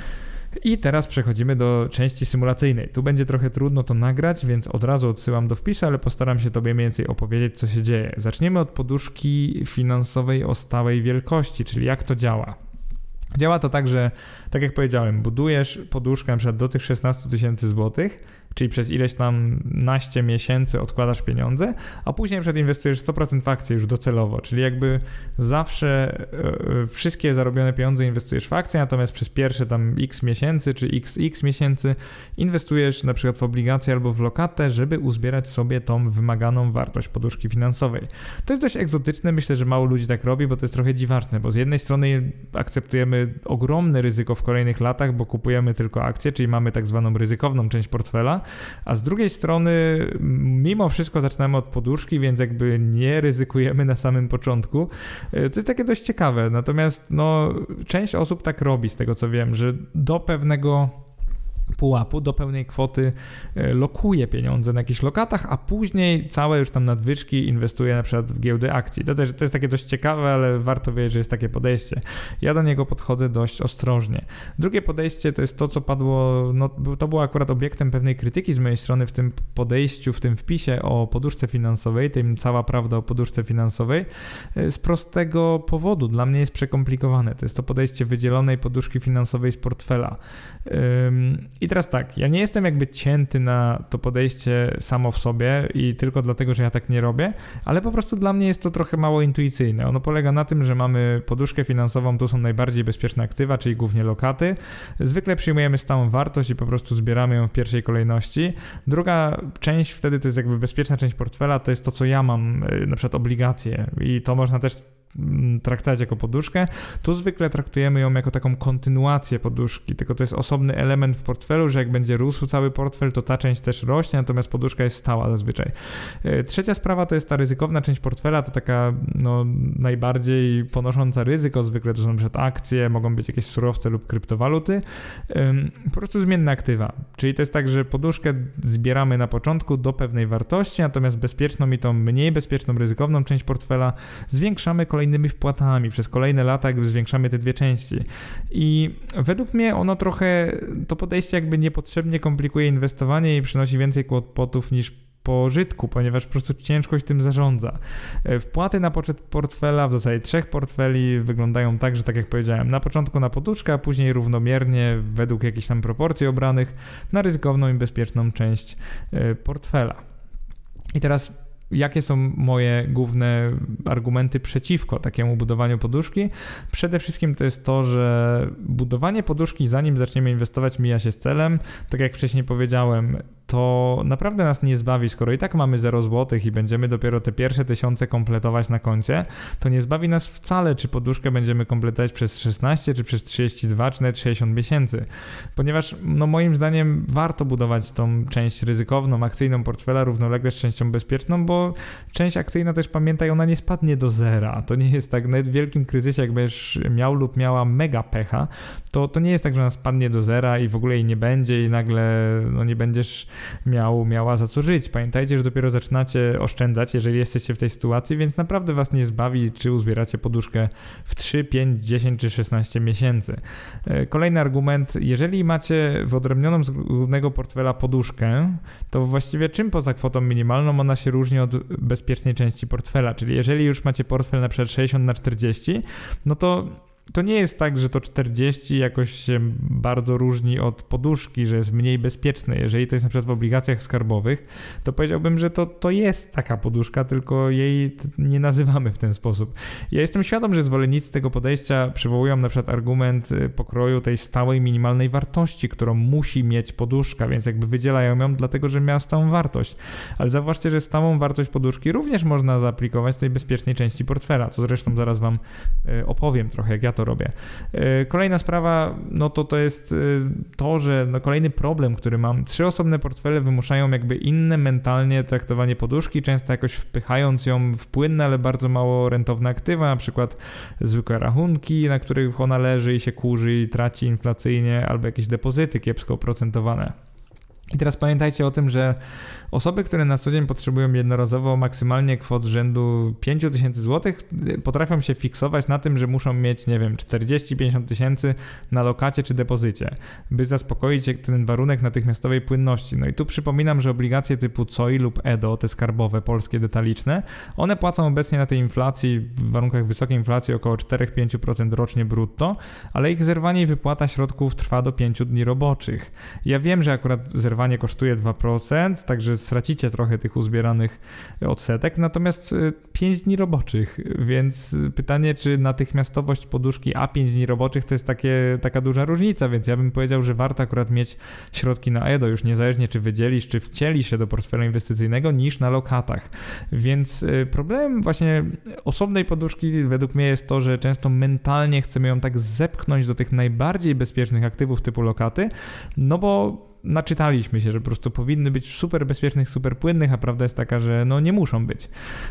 I teraz przechodzimy do części symulacyjnej. Tu będzie trochę trudno to nagrać, więc od razu odsyłam do wpisu, ale postaram się Tobie mniej więcej opowiedzieć, co się dzieje. Zaczniemy od poduszki finansowej o stałej wielkości, czyli jak to działa. Działa to tak, że tak jak powiedziałem, budujesz poduszkę na przykład do tych 16 tysięcy złotych, czyli przez ileś tam naście miesięcy odkładasz pieniądze, a później inwestujesz 100% w akcje już docelowo, czyli jakby zawsze wszystkie zarobione pieniądze inwestujesz w akcje, natomiast przez pierwsze tam x miesięcy czy xx miesięcy inwestujesz na przykład w obligacje albo w lokatę, żeby uzbierać sobie tą wymaganą wartość poduszki finansowej. To jest dość egzotyczne, myślę, że mało ludzi tak robi, bo to jest trochę dziwaczne, bo z jednej strony akceptujemy ogromne ryzyko w kolejnych latach, bo kupujemy tylko akcje, czyli mamy tak zwaną ryzykowną część portfela, a z drugiej strony mimo wszystko zaczynamy od poduszki, więc jakby nie ryzykujemy na samym początku, co jest takie dość ciekawe. Natomiast część osób tak robi, z tego co wiem, że do pewnego pułapu, do pełnej kwoty lokuje pieniądze na jakichś lokatach, a później całe już tam nadwyżki inwestuje na przykład w giełdę akcji. To jest takie dość ciekawe, ale warto wiedzieć, że jest takie podejście. Ja do niego podchodzę dość ostrożnie. Drugie podejście to jest to, co padło, to było akurat obiektem pewnej krytyki z mojej strony w tym podejściu, w tym wpisie o poduszce finansowej, tym cała prawda o poduszce finansowej, z prostego powodu. Dla mnie jest przekomplikowane. To jest to podejście wydzielonej poduszki finansowej z portfela. I teraz tak, ja nie jestem jakby cięty na to podejście samo w sobie i tylko dlatego, że ja tak nie robię, ale po prostu dla mnie jest to trochę mało intuicyjne. Ono polega na tym, że mamy poduszkę finansową, to są najbardziej bezpieczne aktywa, czyli głównie lokaty. Zwykle przyjmujemy stałą wartość i po prostu zbieramy ją w pierwszej kolejności. Druga część wtedy to jest jakby bezpieczna część portfela, to jest to, co ja mam, na przykład obligacje i to można też traktować jako poduszkę. Tu zwykle traktujemy ją jako taką kontynuację poduszki, tylko to jest osobny element w portfelu, że jak będzie rósł cały portfel, to ta część też rośnie, natomiast poduszka jest stała zazwyczaj. Trzecia sprawa to jest ta ryzykowna część portfela, to taka najbardziej ponosząca ryzyko, zwykle to są na przykład akcje, mogą być jakieś surowce lub kryptowaluty, po prostu zmienne aktywa, czyli to jest tak, że poduszkę zbieramy na początku do pewnej wartości, natomiast bezpieczną i tą mniej bezpieczną, ryzykowną część portfela zwiększamy kolejnymi wpłatami. Przez kolejne lata jakby zwiększamy te dwie części. I według mnie to podejście jakby niepotrzebnie komplikuje inwestowanie i przynosi więcej kłopotów niż pożytku, ponieważ po prostu ciężko się tym zarządza. Wpłaty na poczet portfela, w zasadzie 3 portfeli wyglądają tak, że tak jak powiedziałem, na początku na poduszkę, a później równomiernie według jakichś tam proporcji obranych na ryzykowną i bezpieczną część portfela. I teraz jakie są moje główne argumenty przeciwko takiemu budowaniu poduszki? Przede wszystkim to jest to, że budowanie poduszki, zanim zaczniemy inwestować, mija się z celem. Tak jak wcześniej powiedziałem, to naprawdę nas nie zbawi, skoro i tak mamy 0 zł i będziemy dopiero te pierwsze 1000 kompletować na koncie, to nie zbawi nas wcale, czy poduszkę będziemy kompletować przez 16, czy przez 32, czy nawet 60 miesięcy. Ponieważ moim zdaniem warto budować tą część ryzykowną, akcyjną portfela równolegle z częścią bezpieczną, bo część akcyjna też, pamiętaj, ona nie spadnie do zera. To nie jest tak, nawet w wielkim kryzysie, jak będziesz miał lub miała mega pecha, to nie jest tak, że ona spadnie do zera i w ogóle jej nie będzie i nagle nie będziesz miała za co żyć. Pamiętajcie, że dopiero zaczynacie oszczędzać, jeżeli jesteście w tej sytuacji, więc naprawdę was nie zbawi, czy uzbieracie poduszkę w 3, 5, 10 czy 16 miesięcy. Kolejny argument, jeżeli macie wyodrębnioną z głównego portfela poduszkę, to właściwie czym poza kwotą minimalną ona się różni od bezpiecznej części portfela, czyli jeżeli już macie portfel na przykład 60/40, to nie jest tak, że to 40 jakoś się bardzo różni od poduszki, że jest mniej bezpieczne. Jeżeli to jest na przykład w obligacjach skarbowych, to powiedziałbym, że to jest taka poduszka, tylko jej nie nazywamy w ten sposób. Ja jestem świadom, że zwolennicy tego podejścia przywołują na przykład argument pokroju tej stałej minimalnej wartości, którą musi mieć poduszka, więc jakby wydzielają ją dlatego, że miała stałą wartość. Ale zauważcie, że stałą wartość poduszki również można zaaplikować z tej bezpiecznej części portfela, co zresztą zaraz wam opowiem trochę, jak ja to robię. Kolejna sprawa, to jest to, że kolejny problem, który mam, 3 osobne portfele wymuszają jakby inne mentalnie traktowanie poduszki, często jakoś wpychając ją w płynne, ale bardzo mało rentowne aktywa, na przykład zwykłe rachunki, na których ona leży i się kurzy i traci inflacyjnie, albo jakieś depozyty kiepsko oprocentowane. I teraz pamiętajcie o tym, że osoby, które na co dzień potrzebują jednorazowo maksymalnie kwot rzędu 5000 zł, potrafią się fiksować na tym, że muszą mieć, 40-50 tysięcy na lokacie czy depozycie, by zaspokoić ten warunek natychmiastowej płynności. No i tu przypominam, że obligacje typu COI lub EDO, te skarbowe, polskie detaliczne, one płacą obecnie na tej inflacji, w warunkach wysokiej inflacji około 4-5% rocznie brutto, ale ich zerwanie i wypłata środków trwa do 5 dni roboczych. Ja wiem, że akurat zerwanie przerwanie kosztuje 2%, także stracicie trochę tych uzbieranych odsetek, natomiast 5 dni roboczych, więc pytanie, czy natychmiastowość poduszki a 5 dni roboczych to jest taka duża różnica, więc ja bym powiedział, że warto akurat mieć środki na EDO, już niezależnie czy wydzielisz, czy wcielisz się do portfela inwestycyjnego, niż na lokatach. Więc problemem właśnie osobnej poduszki według mnie jest to, że często mentalnie chcemy ją tak zepchnąć do tych najbardziej bezpiecznych aktywów typu lokaty, no bo naczytaliśmy się, że po prostu powinny być super bezpiecznych, super płynnych, a prawda jest taka, że no nie muszą być.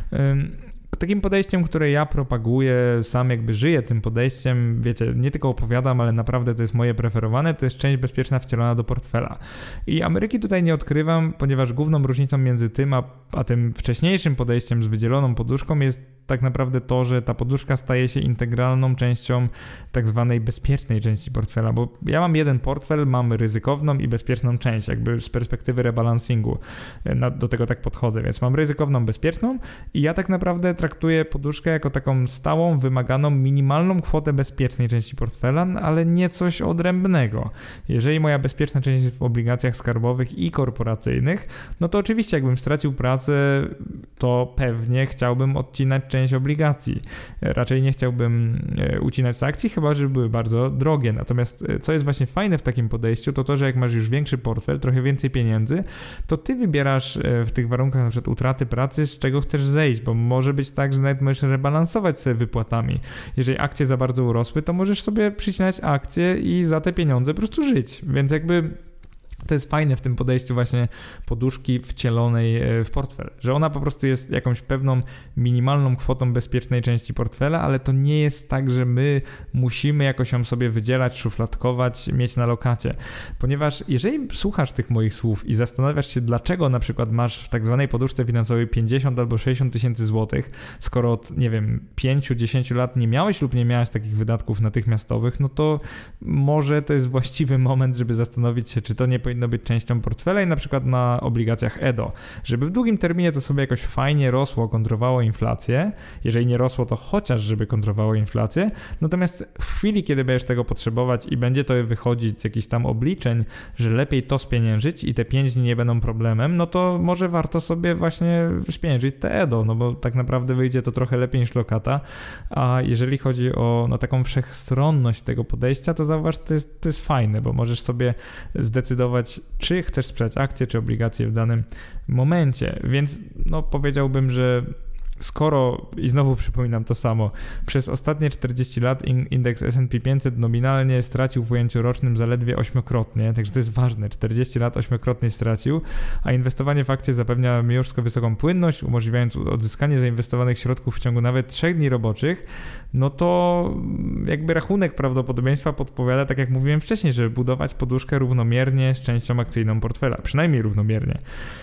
Takim podejściem, które ja propaguję, sam jakby żyję tym podejściem, wiecie, nie tylko opowiadam, ale naprawdę to jest moje preferowane, to jest część bezpieczna wcielona do portfela. I Ameryki tutaj nie odkrywam, ponieważ główną różnicą między tym a tym wcześniejszym podejściem z wydzieloną poduszką jest tak naprawdę to, że ta poduszka staje się integralną częścią tak zwanej bezpiecznej części portfela, bo ja mam jeden portfel, mam ryzykowną i bezpieczną część, jakby z perspektywy rebalansingu do tego tak podchodzę, więc mam ryzykowną, bezpieczną i ja tak naprawdę traktuję poduszkę jako taką stałą, wymaganą, minimalną kwotę bezpiecznej części portfela, ale nie coś odrębnego. Jeżeli moja bezpieczna część jest w obligacjach skarbowych i korporacyjnych, no to oczywiście jakbym stracił pracę, to pewnie chciałbym odcinać część obligacji. Raczej nie chciałbym ucinać z akcji, chyba że były bardzo drogie. Natomiast co jest właśnie fajne w takim podejściu, to, że jak masz już większy portfel, trochę więcej pieniędzy, to ty wybierasz w tych warunkach na przykład utraty pracy, z czego chcesz zejść, bo może być tak, że nawet możesz rebalansować sobie wypłatami. Jeżeli akcje za bardzo urosły, to możesz sobie przycinać akcje i za te pieniądze po prostu żyć. Więc jakby to jest fajne w tym podejściu właśnie poduszki wcielonej w portfel, że ona po prostu jest jakąś pewną minimalną kwotą bezpiecznej części portfela, ale to nie jest tak, że my musimy jakoś ją sobie wydzielać, szufladkować, mieć na lokacie, ponieważ jeżeli słuchasz tych moich słów i zastanawiasz się, dlaczego na przykład masz w tak zwanej poduszce finansowej 50 albo 60 tysięcy złotych, skoro od, nie wiem, 5-10 lat nie miałeś lub nie miałeś takich wydatków natychmiastowych, no to może to jest właściwy moment, żeby zastanowić się, czy to nie powinno być częścią portfela i na przykład na obligacjach EDO, żeby w długim terminie to sobie jakoś fajnie rosło, kontrolowało inflację, jeżeli nie rosło, to chociaż żeby kontrolowało inflację, natomiast w chwili, kiedy będziesz tego potrzebować i będzie to wychodzić z jakichś tam obliczeń, że lepiej to spieniężyć i te 5 dni nie będą problemem, no to może warto sobie właśnie spieniężyć te EDO, no bo tak naprawdę wyjdzie to trochę lepiej niż lokata, a jeżeli chodzi o taką wszechstronność tego podejścia, to zauważ, to jest fajne, bo możesz sobie zdecydować, czy chcesz sprzedać akcje, czy obligacje w danym momencie, więc powiedziałbym, że skoro, i znowu przypominam to samo, przez ostatnie 40 lat indeks S&P 500 nominalnie stracił w ujęciu rocznym zaledwie 8-krotnie, także to jest ważne, 40 lat 8-krotnie stracił, a inwestowanie w akcje zapewnia mimo wszystko wysoką płynność, umożliwiając odzyskanie zainwestowanych środków w ciągu nawet 3 dni roboczych, no to jakby rachunek prawdopodobieństwa podpowiada, tak jak mówiłem wcześniej, żeby budować poduszkę równomiernie z częścią akcyjną portfela, przynajmniej równomiernie.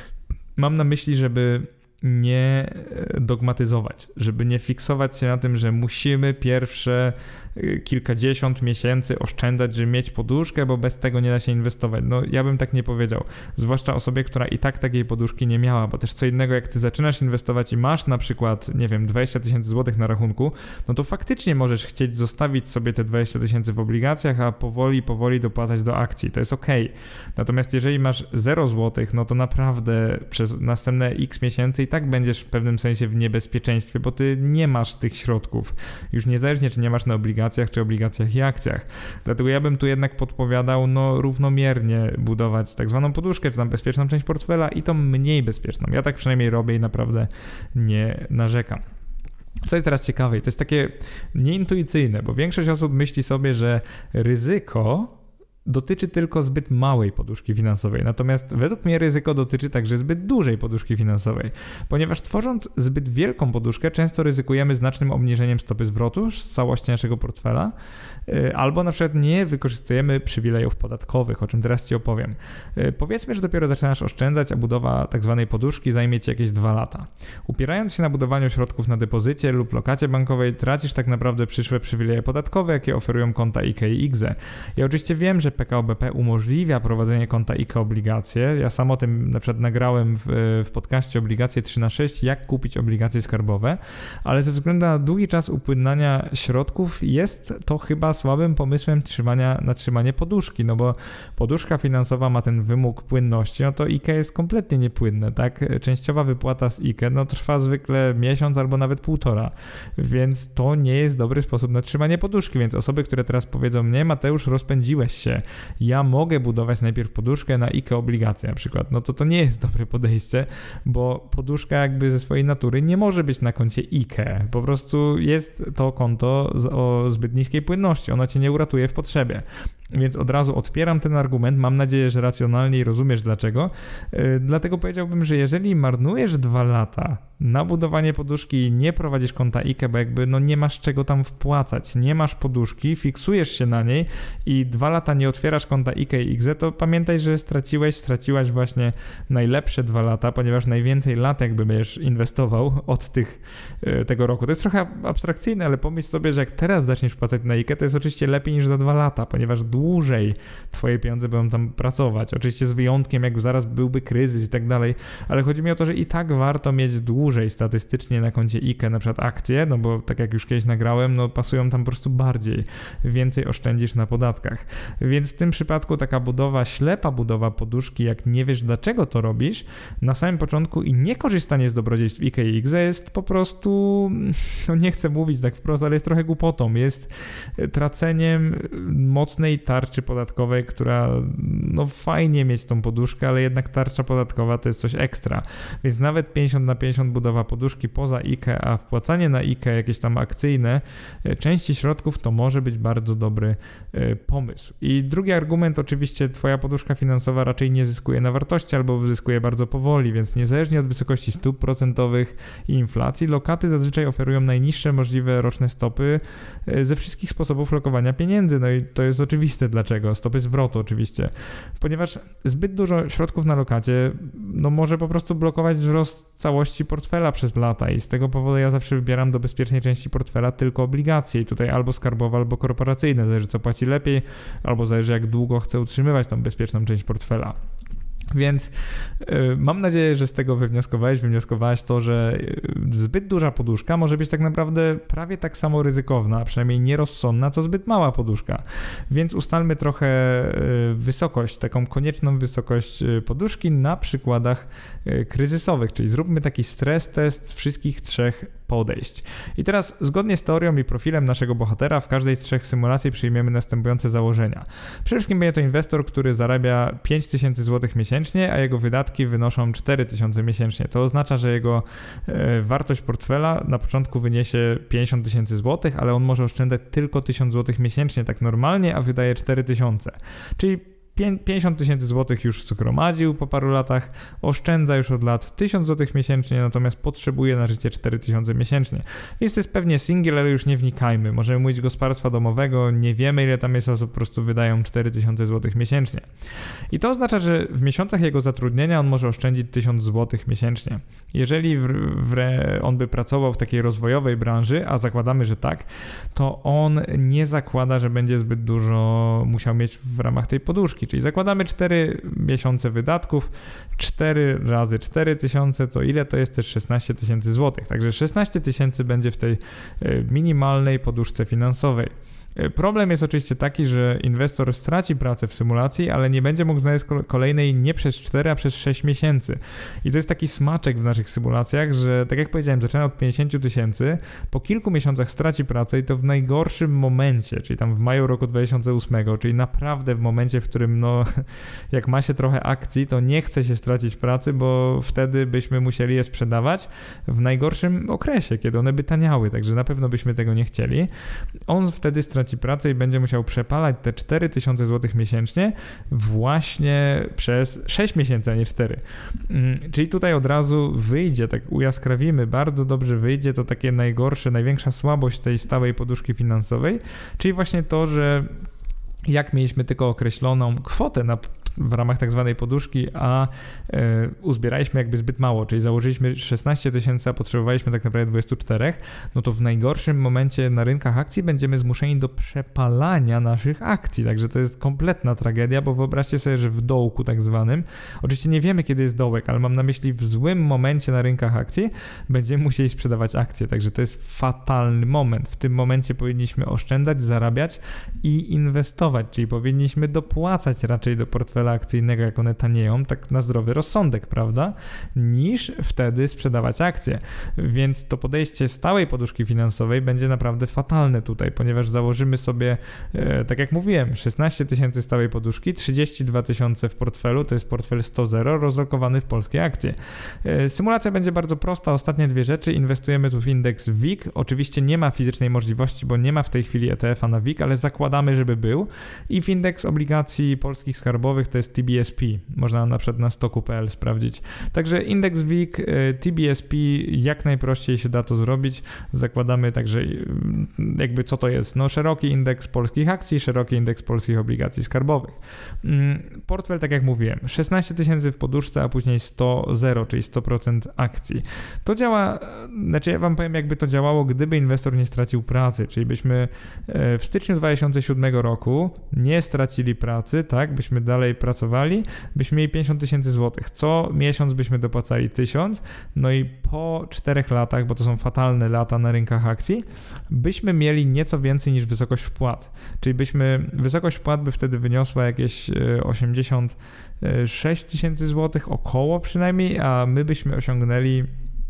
Mam na myśli, żeby nie dogmatyzować, żeby nie fiksować się na tym, że musimy pierwsze kilkadziesiąt miesięcy oszczędzać, żeby mieć poduszkę, bo bez tego nie da się inwestować. No ja bym tak nie powiedział, zwłaszcza osobie, która i tak takiej poduszki nie miała, bo też co innego, jak ty zaczynasz inwestować i masz na przykład, nie wiem, 20 tysięcy złotych na rachunku, no to faktycznie możesz chcieć zostawić sobie te 20 tysięcy w obligacjach, a powoli dopłacać do akcji, to jest okej. Natomiast jeżeli masz 0 złotych, no to naprawdę przez następne x miesięcy i tak będziesz w pewnym sensie w niebezpieczeństwie, bo ty nie masz tych środków. Już niezależnie, czy nie masz na obligacjach, czy obligacjach i akcjach. Dlatego ja bym tu jednak podpowiadał, równomiernie budować tak zwaną poduszkę, czy tam bezpieczną część portfela i tą mniej bezpieczną. Ja tak przynajmniej robię i naprawdę nie narzekam. Co jest teraz ciekawe, to jest takie nieintuicyjne, bo większość osób myśli sobie, że ryzyko dotyczy tylko zbyt małej poduszki finansowej, natomiast według mnie ryzyko dotyczy także zbyt dużej poduszki finansowej, ponieważ tworząc zbyt wielką poduszkę często ryzykujemy znacznym obniżeniem stopy zwrotu z całości naszego portfela, albo na przykład nie wykorzystujemy przywilejów podatkowych, o czym teraz Ci opowiem. Powiedzmy, że dopiero zaczynasz oszczędzać, a budowa tak zwanej poduszki zajmie Ci jakieś 2 lata. Upierając się na budowaniu środków na depozycie lub lokacie bankowej, tracisz tak naprawdę przyszłe przywileje podatkowe, jakie oferują konta IKE i IGZE. Ja oczywiście wiem, że PKO BP umożliwia prowadzenie konta IKE obligacje. Ja sam o tym na przykład nagrałem w podcaście Obligacje 3/6, jak kupić obligacje skarbowe, ale ze względu na długi czas upłynania środków jest to chyba słabym pomysłem na trzymanie poduszki, no bo poduszka finansowa ma ten wymóg płynności, no to IKE jest kompletnie niepłynne, tak? Częściowa wypłata z IKE no trwa zwykle miesiąc albo nawet 1,5, więc to nie jest dobry sposób na trzymanie poduszki, więc osoby, które teraz powiedzą, nie Mateusz, rozpędziłeś się, ja mogę budować najpierw poduszkę na IKE obligacje na przykład, no to nie jest dobre podejście, bo poduszka jakby ze swojej natury nie może być na koncie IKE, po prostu jest to konto o zbyt niskiej płynności, ono cię nie uratuje w potrzebie. Więc od razu odpieram ten argument, mam nadzieję, że racjonalnie rozumiesz dlaczego. Dlatego powiedziałbym, że jeżeli marnujesz 2 lata na budowanie poduszki i nie prowadzisz konta IKE, bo jakby nie masz czego tam wpłacać, nie masz poduszki, fiksujesz się na niej i 2 lata nie otwierasz konta IKE i IKZE, to pamiętaj, że straciłaś właśnie najlepsze 2 lata, ponieważ najwięcej lat jakby będziesz inwestował od tego roku. To jest trochę abstrakcyjne, ale pomyśl sobie, że jak teraz zaczniesz wpłacać na IKE, to jest oczywiście lepiej niż za 2 lata, ponieważ dłużej twoje pieniądze będą tam pracować. Oczywiście z wyjątkiem, jak zaraz byłby kryzys i tak dalej, ale chodzi mi o to, że i tak warto mieć dłużej statystycznie na koncie IKE na przykład akcje, no bo tak jak już kiedyś nagrałem, no pasują tam po prostu bardziej. Więcej oszczędzisz na podatkach. Więc w tym przypadku taka ślepa budowa poduszki, jak nie wiesz dlaczego to robisz, na samym początku i niekorzystanie z dobrodziejstw IKE i IKZE jest po prostu, nie chcę mówić tak wprost, ale jest trochę głupotą. Jest traceniem mocnej tarczy podatkowej, która fajnie mieć tą poduszkę, ale jednak tarcza podatkowa to jest coś ekstra. Więc nawet 50/50 budowa poduszki poza IKE, a wpłacanie na IKE jakieś tam akcyjne części środków to może być bardzo dobry pomysł. I drugi argument, oczywiście twoja poduszka finansowa raczej nie zyskuje na wartości albo zyskuje bardzo powoli, więc niezależnie od wysokości stóp procentowych i inflacji, lokaty zazwyczaj oferują najniższe możliwe roczne stopy ze wszystkich sposobów lokowania pieniędzy. No i to jest oczywiste dlaczego. Stopy zwrotu oczywiście. Ponieważ zbyt dużo środków na lokacie może po prostu blokować wzrost całości portfela przez lata i z tego powodu ja zawsze wybieram do bezpiecznej części portfela tylko obligacje i tutaj albo skarbowe, albo korporacyjne. Zależy co płaci lepiej, albo zależy jak długo chcę utrzymywać tą bezpieczną część portfela. Więc mam nadzieję, że z tego wywnioskowałaś to, że zbyt duża poduszka może być tak naprawdę prawie tak samo ryzykowna, a przynajmniej nierozsądna, co zbyt mała poduszka. Więc ustalmy trochę wysokość, taką konieczną wysokość poduszki na przykładach kryzysowych, czyli zróbmy taki stres test wszystkich 3 podejść. I teraz zgodnie z teorią i profilem naszego bohatera w każdej z 3 symulacji przyjmiemy następujące założenia. Przede wszystkim będzie to inwestor, który zarabia 5000 zł miesięcznie, a jego wydatki wynoszą 4000 miesięcznie. To oznacza, że jego wartość portfela na początku wyniesie 50 000 zł, ale on może oszczędzać tylko 1000 zł miesięcznie tak normalnie, a wydaje 4000. Czyli 50 000 zł już zgromadził po paru latach, oszczędza już od lat 1000 zł miesięcznie, natomiast potrzebuje na życie 4000 miesięcznie. Więc to jest pewnie singiel, ale już nie wnikajmy. Możemy mówić gospodarstwa domowego, nie wiemy ile tam jest osób, po prostu wydają 4000 zł miesięcznie. I to oznacza, że w miesiącach jego zatrudnienia on może oszczędzić 1000 zł miesięcznie. Jeżeli on by pracował w takiej rozwojowej branży, a zakładamy, że tak, to on nie zakłada, że będzie zbyt dużo musiał mieć w ramach tej poduszki. Czyli zakładamy 4 miesiące wydatków, 4 razy 4000 to ile to jest też 16 000 zł. Także 16 000 będzie w tej minimalnej poduszce finansowej. Problem jest oczywiście taki, że inwestor straci pracę w symulacji, ale nie będzie mógł znaleźć kolejnej nie przez 4, a przez 6 miesięcy. I to jest taki smaczek w naszych symulacjach, że tak jak powiedziałem, zaczyna od 50 000, po kilku miesiącach straci pracę i to w najgorszym momencie, czyli tam w maju roku 2008, czyli naprawdę w momencie, w którym jak ma się trochę akcji, to nie chce się stracić pracy, bo wtedy byśmy musieli je sprzedawać w najgorszym okresie, kiedy one by taniały, także na pewno byśmy tego nie chcieli. On wtedy straci pracę i będzie musiał przepalać te 4000 zł miesięcznie właśnie przez 6 miesięcy, a nie 4. Czyli tutaj od razu wyjdzie, tak ujaskrawimy, bardzo dobrze wyjdzie to takie największa słabość tej stałej poduszki finansowej, czyli właśnie to, że jak mieliśmy tylko określoną kwotę, w ramach tak zwanej poduszki, a uzbieraliśmy jakby zbyt mało, czyli założyliśmy 16 tysięcy, a potrzebowaliśmy tak naprawdę 24, no to w najgorszym momencie na rynkach akcji będziemy zmuszeni do przepalania naszych akcji, także to jest kompletna tragedia, bo wyobraźcie sobie, że w dołku tak zwanym, oczywiście nie wiemy kiedy jest dołek, ale mam na myśli w złym momencie na rynkach akcji będziemy musieli sprzedawać akcje, także to jest fatalny moment. W tym momencie powinniśmy oszczędzać, zarabiać i inwestować, czyli powinniśmy dopłacać raczej do portfela akcyjnego, jak one tanieją, tak na zdrowy rozsądek, prawda, niż wtedy sprzedawać akcje. Więc to podejście stałej poduszki finansowej będzie naprawdę fatalne tutaj, ponieważ założymy sobie, tak jak mówiłem, 16 tysięcy stałej poduszki, 32 tysiące w portfelu, to jest portfel 100-0 rozlokowany w polskie akcje. Symulacja będzie bardzo prosta, ostatnie dwie rzeczy, inwestujemy tu w indeks WIG, oczywiście nie ma fizycznej możliwości, bo nie ma w tej chwili ETF-a na WIG, ale zakładamy, żeby był i w indeks obligacji polskich skarbowych to jest TBSP, można na przykład na stoku.pl sprawdzić. Także indeks WIG, TBSP, jak najprościej się da to zrobić, zakładamy także jakby co to jest, no szeroki indeks polskich akcji, szeroki indeks polskich obligacji skarbowych. Portfel, tak jak mówiłem, 16 tysięcy w poduszce, a później 100-0, czyli 100% akcji. To działa, znaczy ja wam powiem jakby to działało, gdyby inwestor nie stracił pracy, czyli byśmy w styczniu 2007 roku nie stracili pracy, tak, byśmy dalej pracowali, byśmy mieli 50 tysięcy złotych. Co miesiąc byśmy dopłacali 1000, no i po 4 latach, bo to są fatalne lata na rynkach akcji, byśmy mieli nieco więcej niż wysokość wpłat. Czyli wysokość wpłat by wtedy wyniosła jakieś 86 tysięcy złotych, około przynajmniej, a my byśmy osiągnęli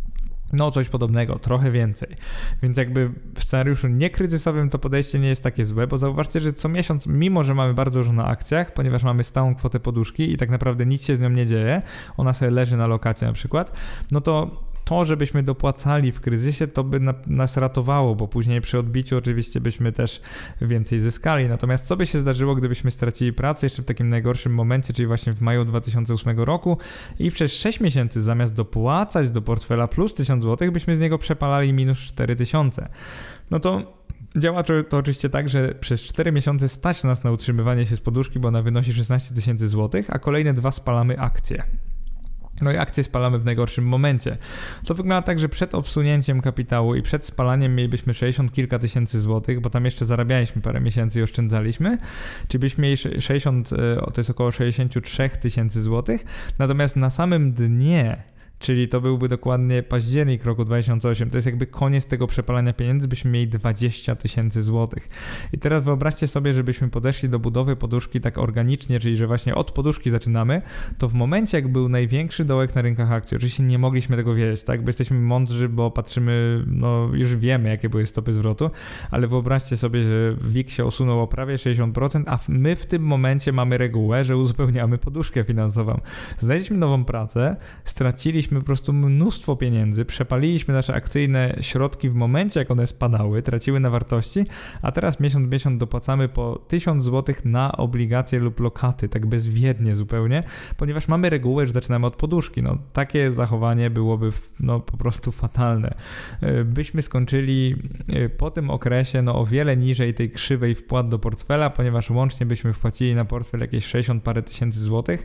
no coś podobnego, trochę więcej. Więc jakby w scenariuszu niekryzysowym to podejście nie jest takie złe, bo zauważcie, że co miesiąc, mimo że mamy bardzo dużo na akcjach, ponieważ mamy stałą kwotę poduszki i tak naprawdę nic się z nią nie dzieje, ona sobie leży na lokacie na przykład, no to żebyśmy dopłacali w kryzysie, to by nas ratowało, bo później przy odbiciu oczywiście byśmy też więcej zyskali. Natomiast co by się zdarzyło, gdybyśmy stracili pracę jeszcze w takim najgorszym momencie, czyli właśnie w maju 2008 roku i przez 6 miesięcy zamiast dopłacać do portfela plus 1000 zł, byśmy z niego przepalali minus 4000. No to działa to oczywiście tak, że przez 4 miesiące stać nas na utrzymywanie się z poduszki, bo ona wynosi 16 tysięcy złotych, a kolejne 2 spalamy akcje. No i akcje spalamy w najgorszym momencie. Co wygląda tak, że przed obsunięciem kapitału i przed spalaniem mielibyśmy 60 kilka tysięcy złotych, bo tam jeszcze zarabialiśmy parę miesięcy i oszczędzaliśmy, czyli byśmy mieli 60, to jest około 63 tysięcy złotych, natomiast na samym dnie, czyli to byłby dokładnie październik roku 2008, to jest jakby koniec tego przepalania pieniędzy, byśmy mieli 20 tysięcy złotych. I teraz wyobraźcie sobie, żebyśmy podeszli do budowy poduszki tak organicznie, czyli że właśnie od poduszki zaczynamy, to w momencie jak był największy dołek na rynkach akcji, oczywiście nie mogliśmy tego wiedzieć, tak, bo jesteśmy mądrzy, bo patrzymy, no już wiemy jakie były stopy zwrotu, ale wyobraźcie sobie, że WIG się osunął o prawie 60%, a my w tym momencie mamy regułę, że uzupełniamy poduszkę finansową. Znaleźliśmy nową pracę, straciliśmy po prostu mnóstwo pieniędzy, przepaliliśmy nasze akcyjne środki w momencie, jak one spadały, traciły na wartości, a teraz miesiąc w miesiąc dopłacamy po 1000 zł na obligacje lub lokaty, tak bezwiednie zupełnie, ponieważ mamy regułę, że zaczynamy od poduszki. No, takie zachowanie byłoby po prostu fatalne. Byśmy skończyli po tym okresie o wiele niżej tej krzywej wpłat do portfela, ponieważ łącznie byśmy wpłacili na portfel jakieś 60 parę tysięcy złotych,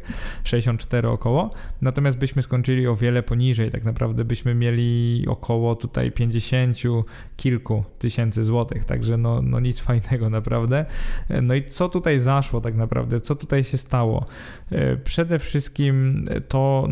64 około, natomiast byśmy skończyli o wiele poniżej, tak naprawdę byśmy mieli około tutaj 50 kilku tysięcy złotych, także no nic fajnego naprawdę. No i co tutaj zaszło tak naprawdę, co tutaj się stało? Przede wszystkim to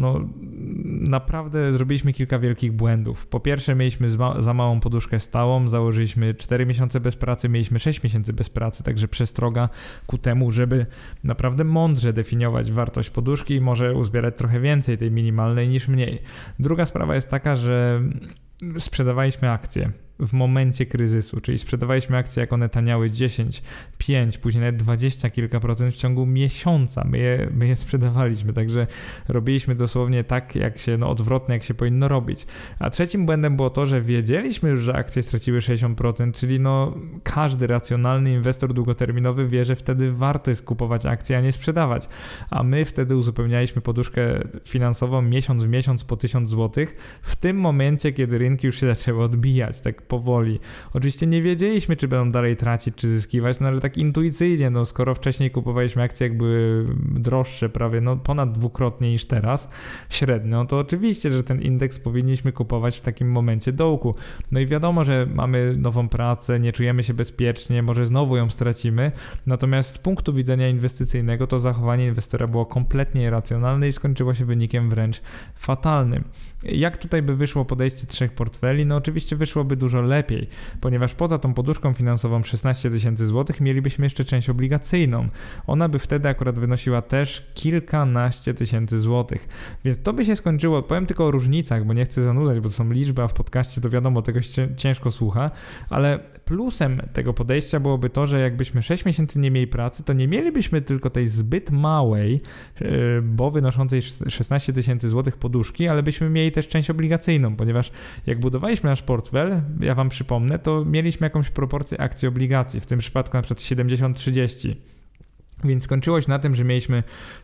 naprawdę zrobiliśmy kilka wielkich błędów. Po pierwsze mieliśmy za małą poduszkę stałą, założyliśmy 4 miesiące bez pracy, mieliśmy 6 miesięcy bez pracy, także przestroga ku temu, żeby naprawdę mądrze definiować wartość poduszki i może uzbierać trochę więcej tej minimalnej niż mniej. Druga sprawa jest taka, że sprzedawaliśmy akcje w momencie kryzysu, czyli sprzedawaliśmy akcje, jak one taniały 10, 5, później nawet 20 kilka procent w ciągu miesiąca. My je sprzedawaliśmy, także robiliśmy dosłownie tak, jak się, odwrotnie jak się powinno robić. A trzecim błędem było to, że wiedzieliśmy już, że akcje straciły 60%, czyli każdy racjonalny inwestor długoterminowy wie, że wtedy warto jest kupować akcje, a nie sprzedawać. A my wtedy uzupełnialiśmy poduszkę finansową miesiąc w miesiąc po 1000 zł w tym momencie, kiedy rynki już się zaczęły odbijać, tak powoli. Oczywiście nie wiedzieliśmy, czy będą dalej tracić, czy zyskiwać, no ale tak intuicyjnie, no skoro wcześniej kupowaliśmy akcje, jak były droższe prawie, no ponad dwukrotnie niż teraz, średnio, to oczywiście, że ten indeks powinniśmy kupować w takim momencie dołku. No i wiadomo, że mamy nową pracę, nie czujemy się bezpiecznie, może znowu ją stracimy, natomiast z punktu widzenia inwestycyjnego to zachowanie inwestora było kompletnie irracjonalne i skończyło się wynikiem wręcz fatalnym. Jak tutaj by wyszło podejście 3 portfeli? No oczywiście wyszłoby dużo lepiej, ponieważ poza tą poduszką finansową 16 tysięcy złotych mielibyśmy jeszcze część obligacyjną. Ona by wtedy akurat wynosiła też kilkanaście tysięcy złotych. Więc to by się skończyło, powiem tylko o różnicach, bo nie chcę zanudzać, bo to są liczby, a w podcaście to wiadomo, tego się ciężko słucha, ale plusem tego podejścia byłoby to, że jakbyśmy 6 miesięcy nie mieli pracy, to nie mielibyśmy tylko tej zbyt małej, bo wynoszącej 16 tysięcy złotych poduszki, ale byśmy mieli też część obligacyjną, ponieważ jak budowaliśmy nasz portfel, ja wam przypomnę, to mieliśmy jakąś proporcję akcji obligacji, w tym przypadku na przykład 70-30. Więc skończyło się na tym, że mieliśmy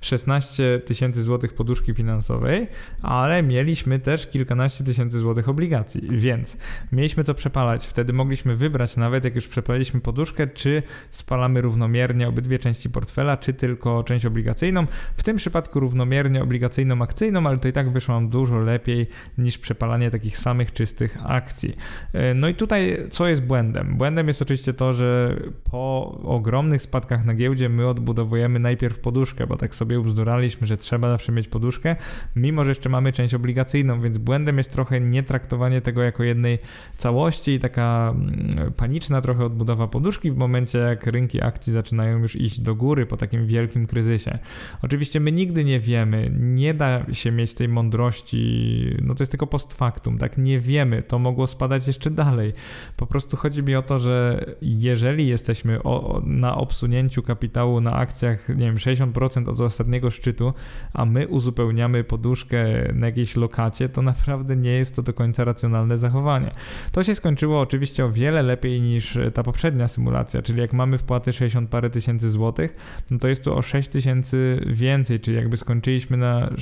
16 tysięcy złotych poduszki finansowej, ale mieliśmy też kilkanaście tysięcy złotych obligacji, więc mieliśmy to przepalać. Wtedy mogliśmy wybrać nawet, jak już przepaliliśmy poduszkę, czy spalamy równomiernie obydwie części portfela, czy tylko część obligacyjną. W tym przypadku równomiernie obligacyjną, akcyjną, ale to i tak wyszło nam dużo lepiej niż przepalanie takich samych czystych akcji. No i tutaj co jest błędem? Błędem jest oczywiście to, że po ogromnych spadkach na giełdzie my odbudowujemy najpierw poduszkę, bo tak sobie ubzduraliśmy, że trzeba zawsze mieć poduszkę, mimo że jeszcze mamy część obligacyjną, więc błędem jest trochę nietraktowanie tego jako jednej całości i taka paniczna trochę odbudowa poduszki w momencie, jak rynki akcji zaczynają już iść do góry po takim wielkim kryzysie. Oczywiście my nigdy nie wiemy, nie da się mieć tej mądrości, no to jest tylko post factum, tak, nie wiemy, to mogło spadać jeszcze dalej. Po prostu chodzi mi o to, że jeżeli jesteśmy na obsunięciu kapitału na akcjach, nie wiem, 60% od ostatniego szczytu, a my uzupełniamy poduszkę na jakiejś lokacie, to naprawdę nie jest to do końca racjonalne zachowanie. To się skończyło oczywiście o wiele lepiej niż ta poprzednia symulacja, czyli jak mamy wpłaty 60 parę tysięcy złotych, no to jest tu o 6 tysięcy więcej, czyli jakby skończyliśmy na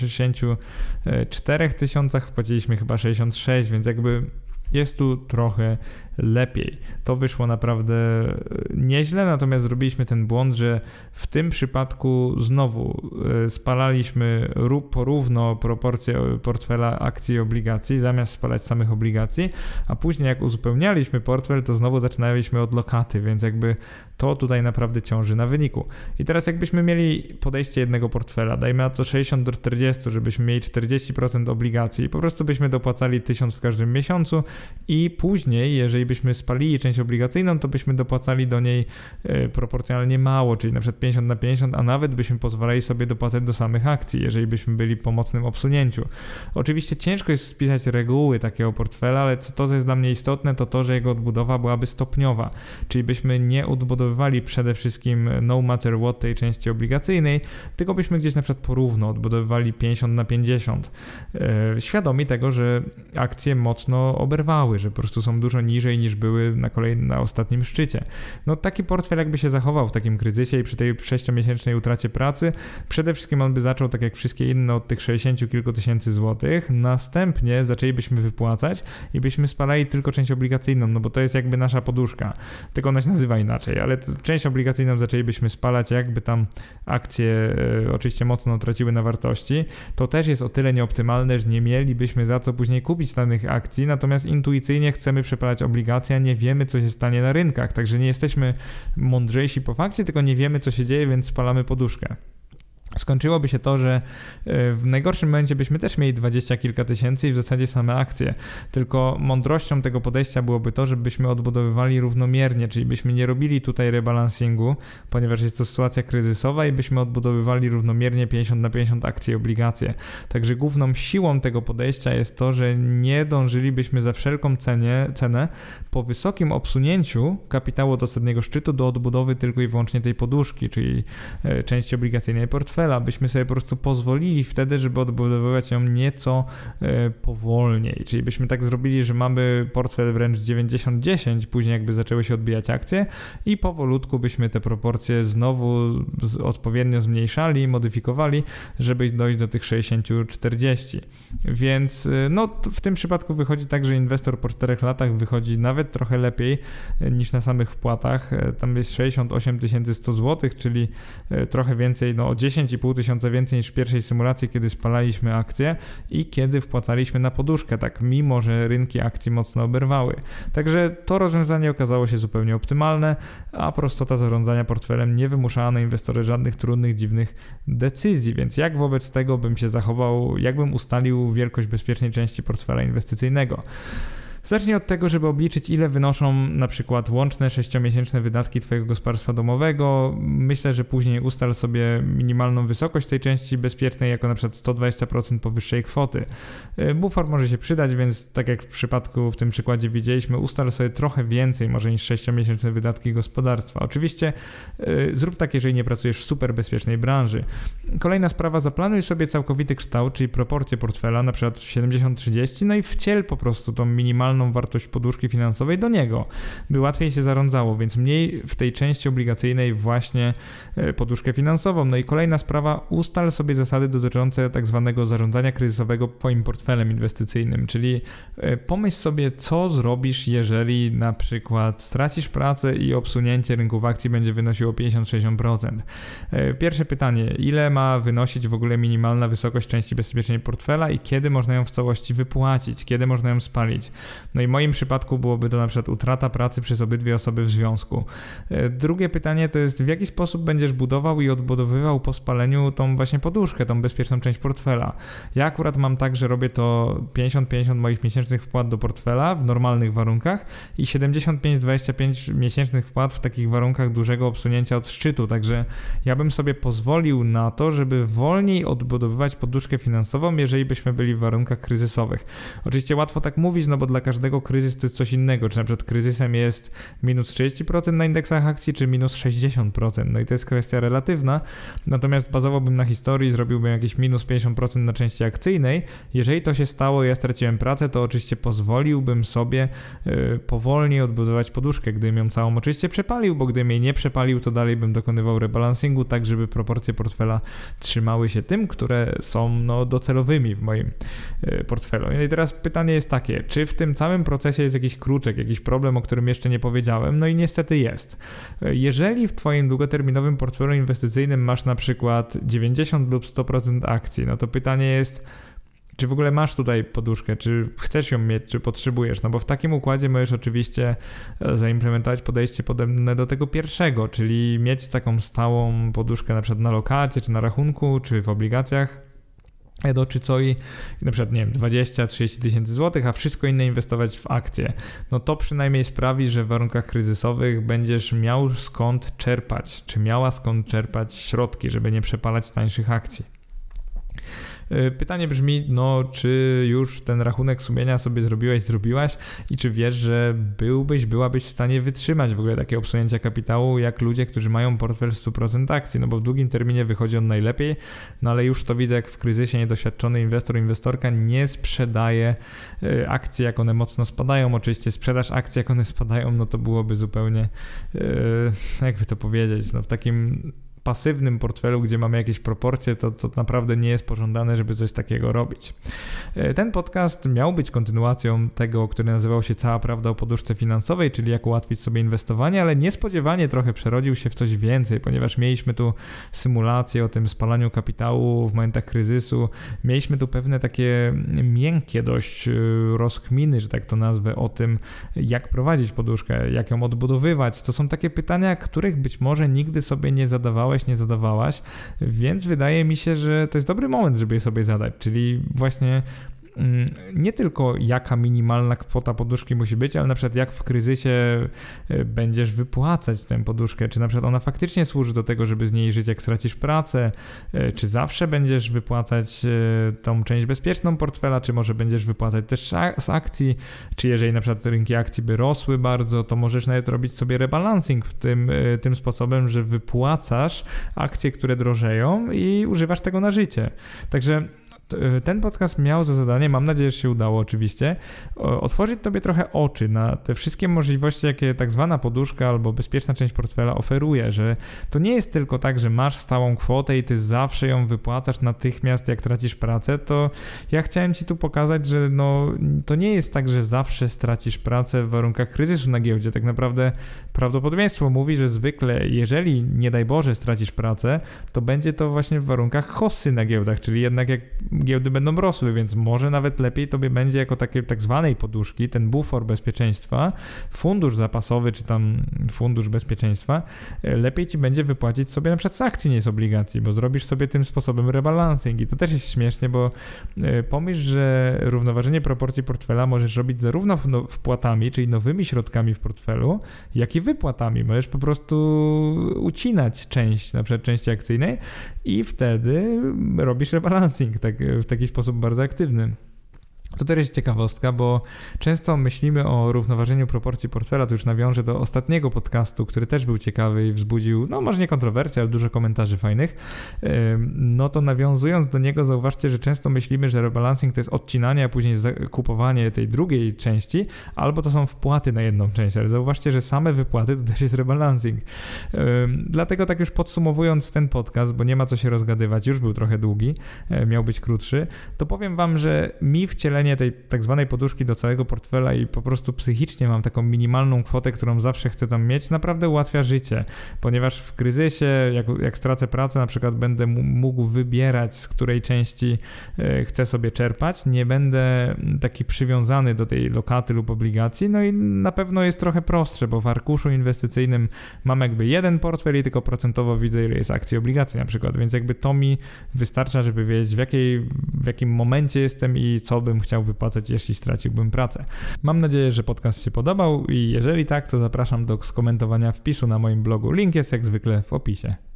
64 tysiącach, wpłaciliśmy chyba 66, więc jakby jest tu trochę lepiej. To wyszło naprawdę nieźle, natomiast zrobiliśmy ten błąd, że w tym przypadku znowu spalaliśmy porówno proporcje portfela akcji i obligacji, zamiast spalać samych obligacji, a później jak uzupełnialiśmy portfel, to znowu zaczynaliśmy od lokaty, więc jakby to tutaj naprawdę ciąży na wyniku. I teraz jakbyśmy mieli podejście jednego portfela, dajmy na to 60 do 40, żebyśmy mieli 40% obligacji, po prostu byśmy dopłacali 1000 w każdym miesiącu i później, jeżeli byśmy spalili część obligacyjną, to byśmy dopłacali do niej proporcjonalnie mało, czyli na przykład 50 na 50, a nawet byśmy pozwalali sobie dopłacać do samych akcji, jeżeli byśmy byli po mocnym obsunięciu. Oczywiście ciężko jest spisać reguły takiego portfela, ale to, co jest dla mnie istotne, to to, że jego odbudowa byłaby stopniowa, czyli byśmy nie odbudowywali przede wszystkim no matter what tej części obligacyjnej, tylko byśmy gdzieś na przykład porówno odbudowywali 50 na 50, świadomi tego, że akcje mocno oberwały, że po prostu są dużo niżej niż były na ostatnim szczycie. No taki portfel jakby się zachował w takim kryzysie i przy tej 6-miesięcznej utracie pracy, przede wszystkim on by zaczął tak jak wszystkie inne od tych 60 kilku tysięcy złotych, następnie zaczęlibyśmy wypłacać i byśmy spalali tylko część obligacyjną, no bo to jest jakby nasza poduszka, tylko ona się nazywa inaczej, ale część obligacyjną zaczęlibyśmy spalać, jakby tam akcje oczywiście mocno traciły na wartości, to też jest o tyle nieoptymalne, że nie mielibyśmy za co później kupić danych akcji, natomiast intuicyjnie chcemy przepalać obligacje, a nie wiemy, co się stanie na rynkach, także nie jesteśmy mądrzejsi po fakcie, tylko nie wiemy, co się dzieje, więc spalamy poduszkę. Skończyłoby się to, że w najgorszym momencie byśmy też mieli 20 kilka tysięcy i w zasadzie same akcje. Tylko mądrością tego podejścia byłoby to, żebyśmy odbudowywali równomiernie, czyli byśmy nie robili tutaj rebalansingu, ponieważ jest to sytuacja kryzysowa i byśmy odbudowywali równomiernie 50 na 50 akcje i obligacje. Także główną siłą tego podejścia jest to, że nie dążylibyśmy za wszelką cenę po wysokim obsunięciu kapitału od ostatniego szczytu do odbudowy tylko i wyłącznie tej poduszki, czyli części obligacyjnej portfela. portfela, byśmy sobie po prostu pozwolili wtedy, żeby odbudowywać ją nieco powolniej. Czyli byśmy tak zrobili, że mamy portfel wręcz 90-10, później jakby zaczęły się odbijać akcje i powolutku byśmy te proporcje znowu odpowiednio zmniejszali, modyfikowali, żeby dojść do tych 60-40. Więc no w tym przypadku wychodzi tak, że inwestor po 4 latach wychodzi nawet trochę lepiej niż na samych wpłatach. Tam jest 68 100 zł, czyli trochę więcej, no o 10,5 tysiąca więcej niż w pierwszej symulacji, kiedy spalaliśmy akcje i kiedy wpłacaliśmy na poduszkę, tak mimo, że rynki akcji mocno oberwały. Także to rozwiązanie okazało się zupełnie optymalne, a prostota zarządzania portfelem nie wymuszała na inwestorze żadnych trudnych, dziwnych decyzji, więc jak wobec tego bym się zachował, jakbym ustalił wielkość bezpiecznej części portfela inwestycyjnego? Zacznij od tego, żeby obliczyć, ile wynoszą na przykład łączne 6-miesięczne wydatki Twojego gospodarstwa domowego. Myślę, że później ustal sobie minimalną wysokość tej części bezpiecznej, jako na przykład 120% powyższej kwoty. Bufor może się przydać, więc tak jak w tym przykładzie widzieliśmy, ustal sobie trochę więcej może niż 6-miesięczne wydatki gospodarstwa. Oczywiście zrób tak, jeżeli nie pracujesz w super bezpiecznej branży. Kolejna sprawa, zaplanuj sobie całkowity kształt, czyli proporcje portfela, na przykład 70-30, no i wciel po prostu tą minimalną wartość poduszki finansowej do niego, by łatwiej się zarządzało, więc mniej w tej części obligacyjnej właśnie poduszkę finansową. No i kolejna sprawa, ustal sobie zasady dotyczące tak zwanego zarządzania kryzysowego Twoim portfelem inwestycyjnym, czyli pomyśl sobie, co zrobisz, jeżeli na przykład stracisz pracę i obsunięcie rynków akcji będzie wynosiło 50-60%. Pierwsze pytanie, ile ma wynosić w ogóle minimalna wysokość części bezpiecznej portfela i kiedy można ją w całości wypłacić, kiedy można ją spalić? No i w moim przypadku byłoby to na przykład utrata pracy przez obydwie osoby w związku. Drugie pytanie to jest, w jaki sposób będziesz budował i odbudowywał po spaleniu tą właśnie poduszkę, tą bezpieczną część portfela. Ja akurat mam tak, że robię to 50-50 moich miesięcznych wpłat do portfela w normalnych warunkach i 75-25 miesięcznych wpłat w takich warunkach dużego obsunięcia od szczytu, także ja bym sobie pozwolił na to, żeby wolniej odbudowywać poduszkę finansową, jeżeli byśmy byli w warunkach kryzysowych. Oczywiście łatwo tak mówić, no bo dla każdego kryzys to jest coś innego, czy na przykład kryzysem jest minus 30% na indeksach akcji, czy minus 60%, no i to jest kwestia relatywna, natomiast bazowałbym na historii, zrobiłbym jakieś minus 50% na części akcyjnej. Jeżeli to się stało i ja straciłem pracę, to oczywiście pozwoliłbym sobie powolnie odbudować poduszkę, gdybym ją całą oczywiście przepalił, bo gdybym jej nie przepalił, to dalej bym dokonywał rebalansingu, tak żeby proporcje portfela trzymały się tym, które są docelowymi w moim portfelu. No i teraz pytanie jest takie, czy w tym całym procesie jest jakiś kruczek, jakiś problem, o którym jeszcze nie powiedziałem? No i niestety jest. Jeżeli w Twoim długoterminowym portfelu inwestycyjnym masz na przykład 90 lub 100% akcji, no to pytanie jest, czy w ogóle masz tutaj poduszkę, czy chcesz ją mieć, czy potrzebujesz, no bo w takim układzie możesz oczywiście zaimplementować podejście podobne do tego pierwszego, czyli mieć taką stałą poduszkę na przykład na lokacie, czy na rachunku, czy w obligacjach, czy co i na przykład, nie wiem, 20-30 tysięcy złotych, a wszystko inne inwestować w akcje. No to przynajmniej sprawi, że w warunkach kryzysowych będziesz miał skąd czerpać, czy miała skąd czerpać środki, żeby nie przepalać tańszych akcji. Pytanie brzmi, czy już ten rachunek sumienia sobie zrobiłaś i czy wiesz, że byłabyś w stanie wytrzymać w ogóle takie obsunięcia kapitału jak ludzie, którzy mają portfel 100% akcji, no bo w długim terminie wychodzi on najlepiej, no ale już to widzę, jak w kryzysie niedoświadczony inwestorka nie sprzedaje akcji, jak one mocno spadają. Oczywiście sprzedaż akcji, jak one spadają, no to byłoby zupełnie, jakby to powiedzieć, w takim pasywnym portfelu, gdzie mamy jakieś proporcje, to naprawdę nie jest pożądane, żeby coś takiego robić. Ten podcast miał być kontynuacją tego, który nazywał się Cała prawda o poduszce finansowej, czyli jak ułatwić sobie inwestowanie, ale niespodziewanie trochę przerodził się w coś więcej, ponieważ mieliśmy tu symulację o tym spalaniu kapitału w momentach kryzysu, mieliśmy tu pewne takie miękkie dość rozkminy, że tak to nazwę, o tym, jak prowadzić poduszkę, jak ją odbudowywać. To są takie pytania, których być może nigdy sobie nie zadawałaś, więc wydaje mi się, że to jest dobry moment, żeby je sobie zadać, czyli właśnie nie tylko jaka minimalna kwota poduszki musi być, ale na przykład jak w kryzysie będziesz wypłacać tę poduszkę, czy na przykład ona faktycznie służy do tego, żeby z niej żyć, jak stracisz pracę, czy zawsze będziesz wypłacać tą część bezpieczną portfela, czy może będziesz wypłacać też z akcji, czy jeżeli na przykład rynki akcji by rosły bardzo, to możesz nawet robić sobie rebalancing tym sposobem, że wypłacasz akcje, które drożeją i używasz tego na życie. Także ten podcast miał za zadanie, mam nadzieję, że się udało oczywiście, otworzyć tobie trochę oczy na te wszystkie możliwości, jakie tak zwana poduszka albo bezpieczna część portfela oferuje, że to nie jest tylko tak, że masz stałą kwotę i ty zawsze ją wypłacasz natychmiast, jak tracisz pracę, to ja chciałem ci tu pokazać, że to nie jest tak, że zawsze stracisz pracę w warunkach kryzysu na giełdzie. Tak naprawdę prawdopodobieństwo mówi, że zwykle, jeżeli nie daj Boże stracisz pracę, to będzie to właśnie w warunkach hossy na giełdach, czyli jednak jak giełdy będą rosły, więc może nawet lepiej tobie będzie jako takiej tak zwanej poduszki, ten bufor bezpieczeństwa, fundusz zapasowy, czy tam fundusz bezpieczeństwa, lepiej ci będzie wypłacić sobie na przykład z akcji, nie z obligacji, bo zrobisz sobie tym sposobem rebalancing i to też jest śmiesznie, bo pomyśl, że równoważenie proporcji portfela możesz robić zarówno wpłatami, czyli nowymi środkami w portfelu, jak i wypłatami. Możesz po prostu ucinać część, na przykład części akcyjnej i wtedy robisz rebalancing, w taki sposób bardzo aktywny. To też jest ciekawostka, bo często myślimy o równoważeniu proporcji portfela, to już nawiążę do ostatniego podcastu, który też był ciekawy i wzbudził, może nie kontrowersje, ale dużo komentarzy fajnych. No to nawiązując do niego, zauważcie, że często myślimy, że rebalancing to jest odcinanie, a później kupowanie tej drugiej części, albo to są wpłaty na jedną część, ale zauważcie, że same wypłaty to też jest rebalancing. Dlatego tak już podsumowując ten podcast, bo nie ma co się rozgadywać, już był trochę długi, miał być krótszy, to powiem wam, że mi wcielenie tej tak zwanej poduszki do całego portfela i po prostu psychicznie mam taką minimalną kwotę, którą zawsze chcę tam mieć, naprawdę ułatwia życie, ponieważ w kryzysie, jak stracę pracę, na przykład będę mógł wybierać, z której części chcę sobie czerpać, nie będę taki przywiązany do tej lokaty lub obligacji, no i na pewno jest trochę prostsze, bo w arkuszu inwestycyjnym mam jakby jeden portfel i tylko procentowo widzę, ile jest akcji, obligacji na przykład, więc jakby to mi wystarcza, żeby wiedzieć, w jakim momencie jestem i co bym chciał wypłacać, jeśli straciłbym pracę. Mam nadzieję, że podcast się podobał i jeżeli tak, to zapraszam do skomentowania wpisu na moim blogu. Link jest jak zwykle w opisie.